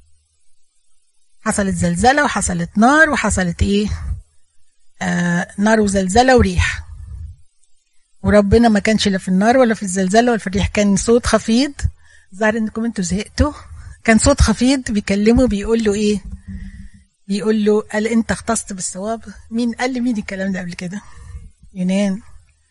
حصلت زلزله وحصلت نار وحصلت ايه؟ آه نار وزلزله وريح. وربنا ما كانش لا في النار ولا في الزلزله ولا في الريح، كان صوت خفيض. ظهر انكم انتوا زهقتوا. كان صوت خفيض بيكلمه، بيقول له ايه؟ بيقول له قال انت اختصت بالصواب. مين قال لي مين الكلام ده قبل كده؟ يونان.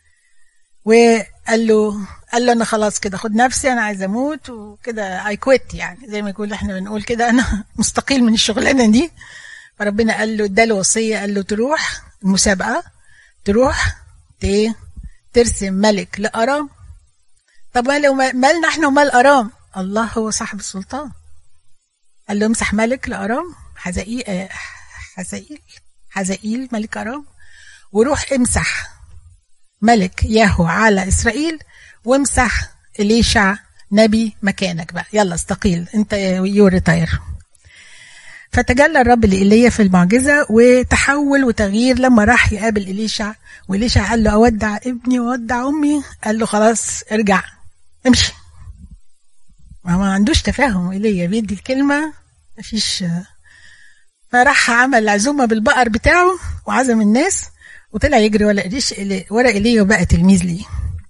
وقال له قال له انا خلاص كده خد نفسي، انا عايز اموت وكده، اي كويت، يعني زي ما يقول احنا بنقول كده، انا مستقيل من الشغلانه دي. فربنا قال له اداله وصيه، قال له تروح المسابقه، تروح ايه؟ ترسم ملك لأرام. طب مالنا احنا ومال أرام؟ الله هو صاحب السلطان. قال له امسح ملك لأرام، حزائيل حزائيل حزائيل ملك أرام، وروح امسح ملك ياهو على إسرائيل، وامسح إليشع نبي مكانك بقى، يلا استقيل انت يو ريتاير. فتجلى الرب لإيليا في المعجزة وتحول وتغيير لما راح يقابل إليشع. وإليشع قال له أودع ابني وأودع أمي. قال له خلاص ارجع امشي. ما عندوش تفاهم إيليا، بيدي الكلمة مفيش. فراح عمل عزومة بالبقر بتاعه وعزم الناس وطلع يجري ورا إيليا ورا إيليا وبقى تلميذ ليه.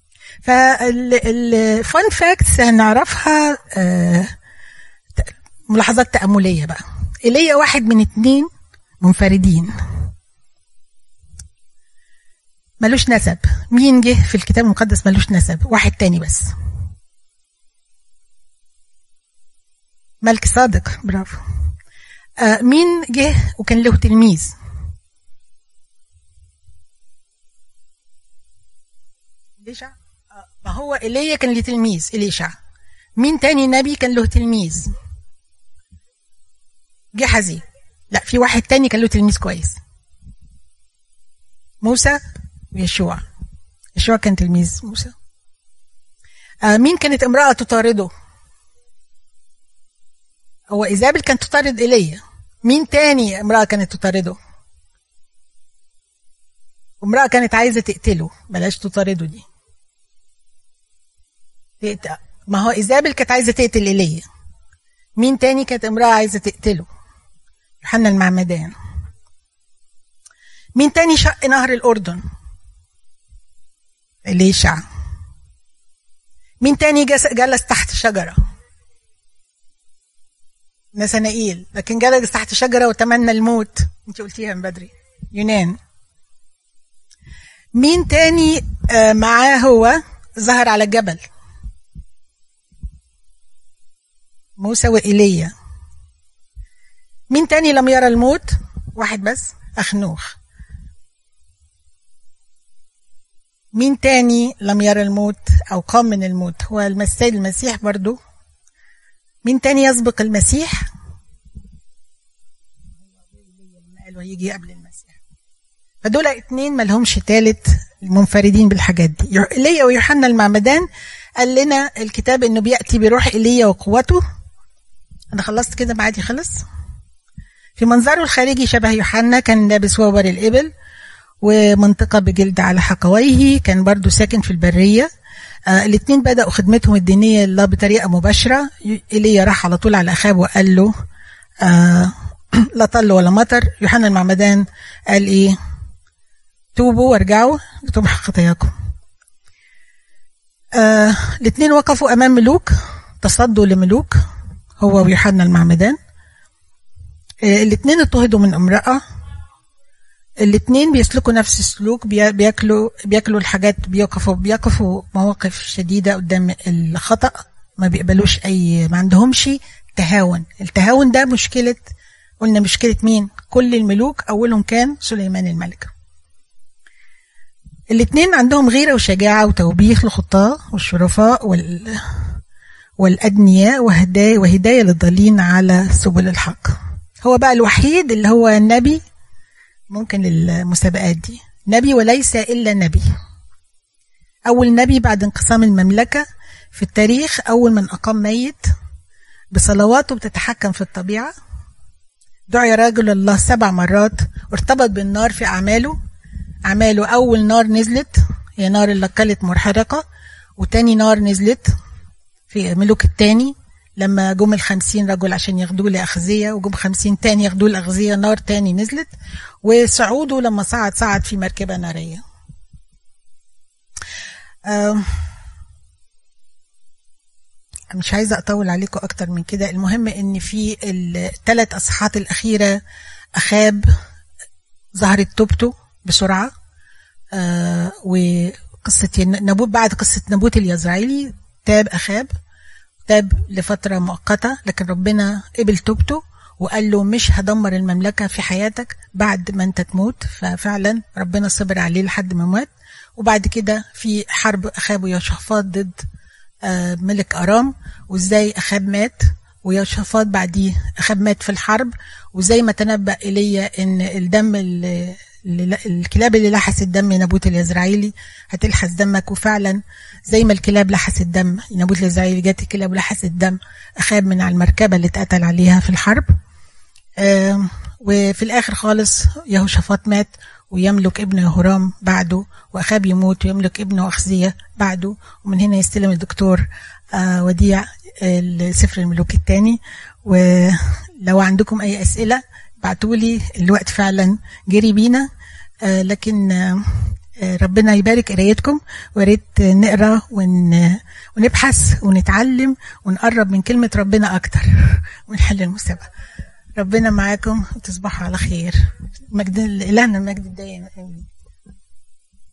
فالفان فاكتس هنعرفها ملاحظات تأملية بقى. إيليا واحد من اتنين منفردين ملوش نسب. مين جه في الكتاب المقدس ملوش نسب؟ واحد تاني بس، ملك صادق. برافو. آه مين جه وكان له تلميذ؟ إليشع. آه ما هو إيليا كان له تلميذ إليشع. مين تاني نبي كان له تلميذ؟ جحزي. لا، في واحد تاني كان له تلميذ كويس، موسى ويشوع. يشوع كان تلميذ موسى. آه مين كانت امرأة تطارده؟ هو إيزابل كانت تطارد إيليا. مين تاني امرأة كانت تطارده؟ امرأة كانت عايزة تقتله، بلاش تطارده دي. ما هو إيزابل كانت عايزة تقتل إيليا. مين تاني كانت امرأة عايزة تقتله؟ يوحنا المعمدان. مين تاني شق نهر الأردن؟ إليشع. مين تاني جلس تحت شجرة؟ نسنائيل. لكن جلس تحت شجرة وتمنى الموت، انت قلتيها من بدري، يونان. مين تاني آه معاه هو ظهر على الجبل؟ موسى وإيليا. مين تاني لم يرى الموت؟ واحد بس، أخنوخ. مين تاني لم يرى الموت أو قام من الموت؟ هو المسيح المسيح برضو. مين تاني يسبق المسيح؟ قالوا هيجي قبل المسيح. فدول اتنين ملهمش تالت، المنفردين بالحاجات دي. إيليا ويوحنا المعمدان قال لنا الكتاب انه بيأتي بروح إيليا وقوته. انا خلصت كده، معادي خلص. في منظره الخارجي شبه يوحنا، كان لابس وبر الإبل ومنطقة بجلد على حقويه، كان برضو ساكن في البرية. آه الاثنين بدأوا خدمتهم الدينية الله بطريقة مباشرة. إيليا راح على طول على أخاب وقال له آه لا طل ولا مطر. يوحنا المعمدان قال إيه؟ توبوا وارجعوا لتمحى خطاياكم. آه الاثنين وقفوا أمام ملوك، تصدوا لملوك هو ويوحنا المعمدان. آه الاثنين اضطهدوا من امرأة. الاثنين بيسلكوا نفس السلوك، بياكلوا بياكلوا الحاجات، بيقفوا بيقفوا مواقف شديدة قدام الخطأ، ما بيقبلوش أي، ما عندهمش تهاون. التهاون ده مشكلة، قلنا مشكلة مين؟ كل الملوك، أولهم كان سليمان الملك. الاثنين عندهم غيرة وشجاعة وتوبيخ للخطاة والشرفاء وال والأدنياء وهداية وهداية للضالين على سبل الحق. هو بقى الوحيد اللي هو النبي ممكن للمسابقات دي، نبي وليس إلا نبي. أول نبي بعد انقسام المملكة في التاريخ، أول من أقام ميت بصلواته بتتحكم في الطبيعة. دعي رجل الله سبع مرات وارتبط بالنار في أعماله. أعماله أول نار نزلت هي نار اللي كانت محرقة، وتاني نار نزلت في ملوك التاني لما جم الخمسين رجل عشان ياخدوه لأخزية، وجم خمسين تاني ياخدوه لأخزية، نار تاني نزلت. وصعوده لما صعد صعد في مركبة نارية. مش عايزة أطول عليكم أكتر من كده. المهم إن في الثلاث أصحاحات الأخيرة أخاب ظهرت توبته بسرعة. آه وقصة نبوت، بعد قصة نبوت اليزرعيلي تاب أخاب، تاب لفترة مؤقتة، لكن ربنا قبل توبته وقال له مش هدمر المملكة في حياتك بعد ما انت تموت. ففعلا ربنا صبر عليه لحد ما مات. وبعد كده في حرب أخاب ويهوشافاط ضد آه ملك أرام، وازاي أخاب مات ويهوشافاط بعديه. أخاب مات في الحرب، وزي ما تنبأ إليا ان الدم اللي الكلاب اللي لحست دم نبوت اليزرعيلي هتلحس دمك. وفعلا زي ما الكلاب لحست دم نبوت اليزرعيلي، جت الكلاب لحست دم أخاب من على المركبة اللي اتقتل عليها في الحرب. وفي الآخر خالص يهوشافاط مات ويملك ابنه يهورام بعده، وأخاب يموت ويملك ابنه أخزية بعده. ومن هنا يستلم الدكتور آه وديع سفر الملوك الثاني. ولو عندكم أي أسئلة بعتولي، الوقت فعلا جري بينا، آه لكن آه ربنا يبارك قرايتكم، وريت نقرا ون... ونبحث ونتعلم ونقرب من كلمة ربنا أكتر ونحل المسابقة. ربنا معاكم وتصبحوا على خير. مجد إلهنا المجد الدائم. آمين.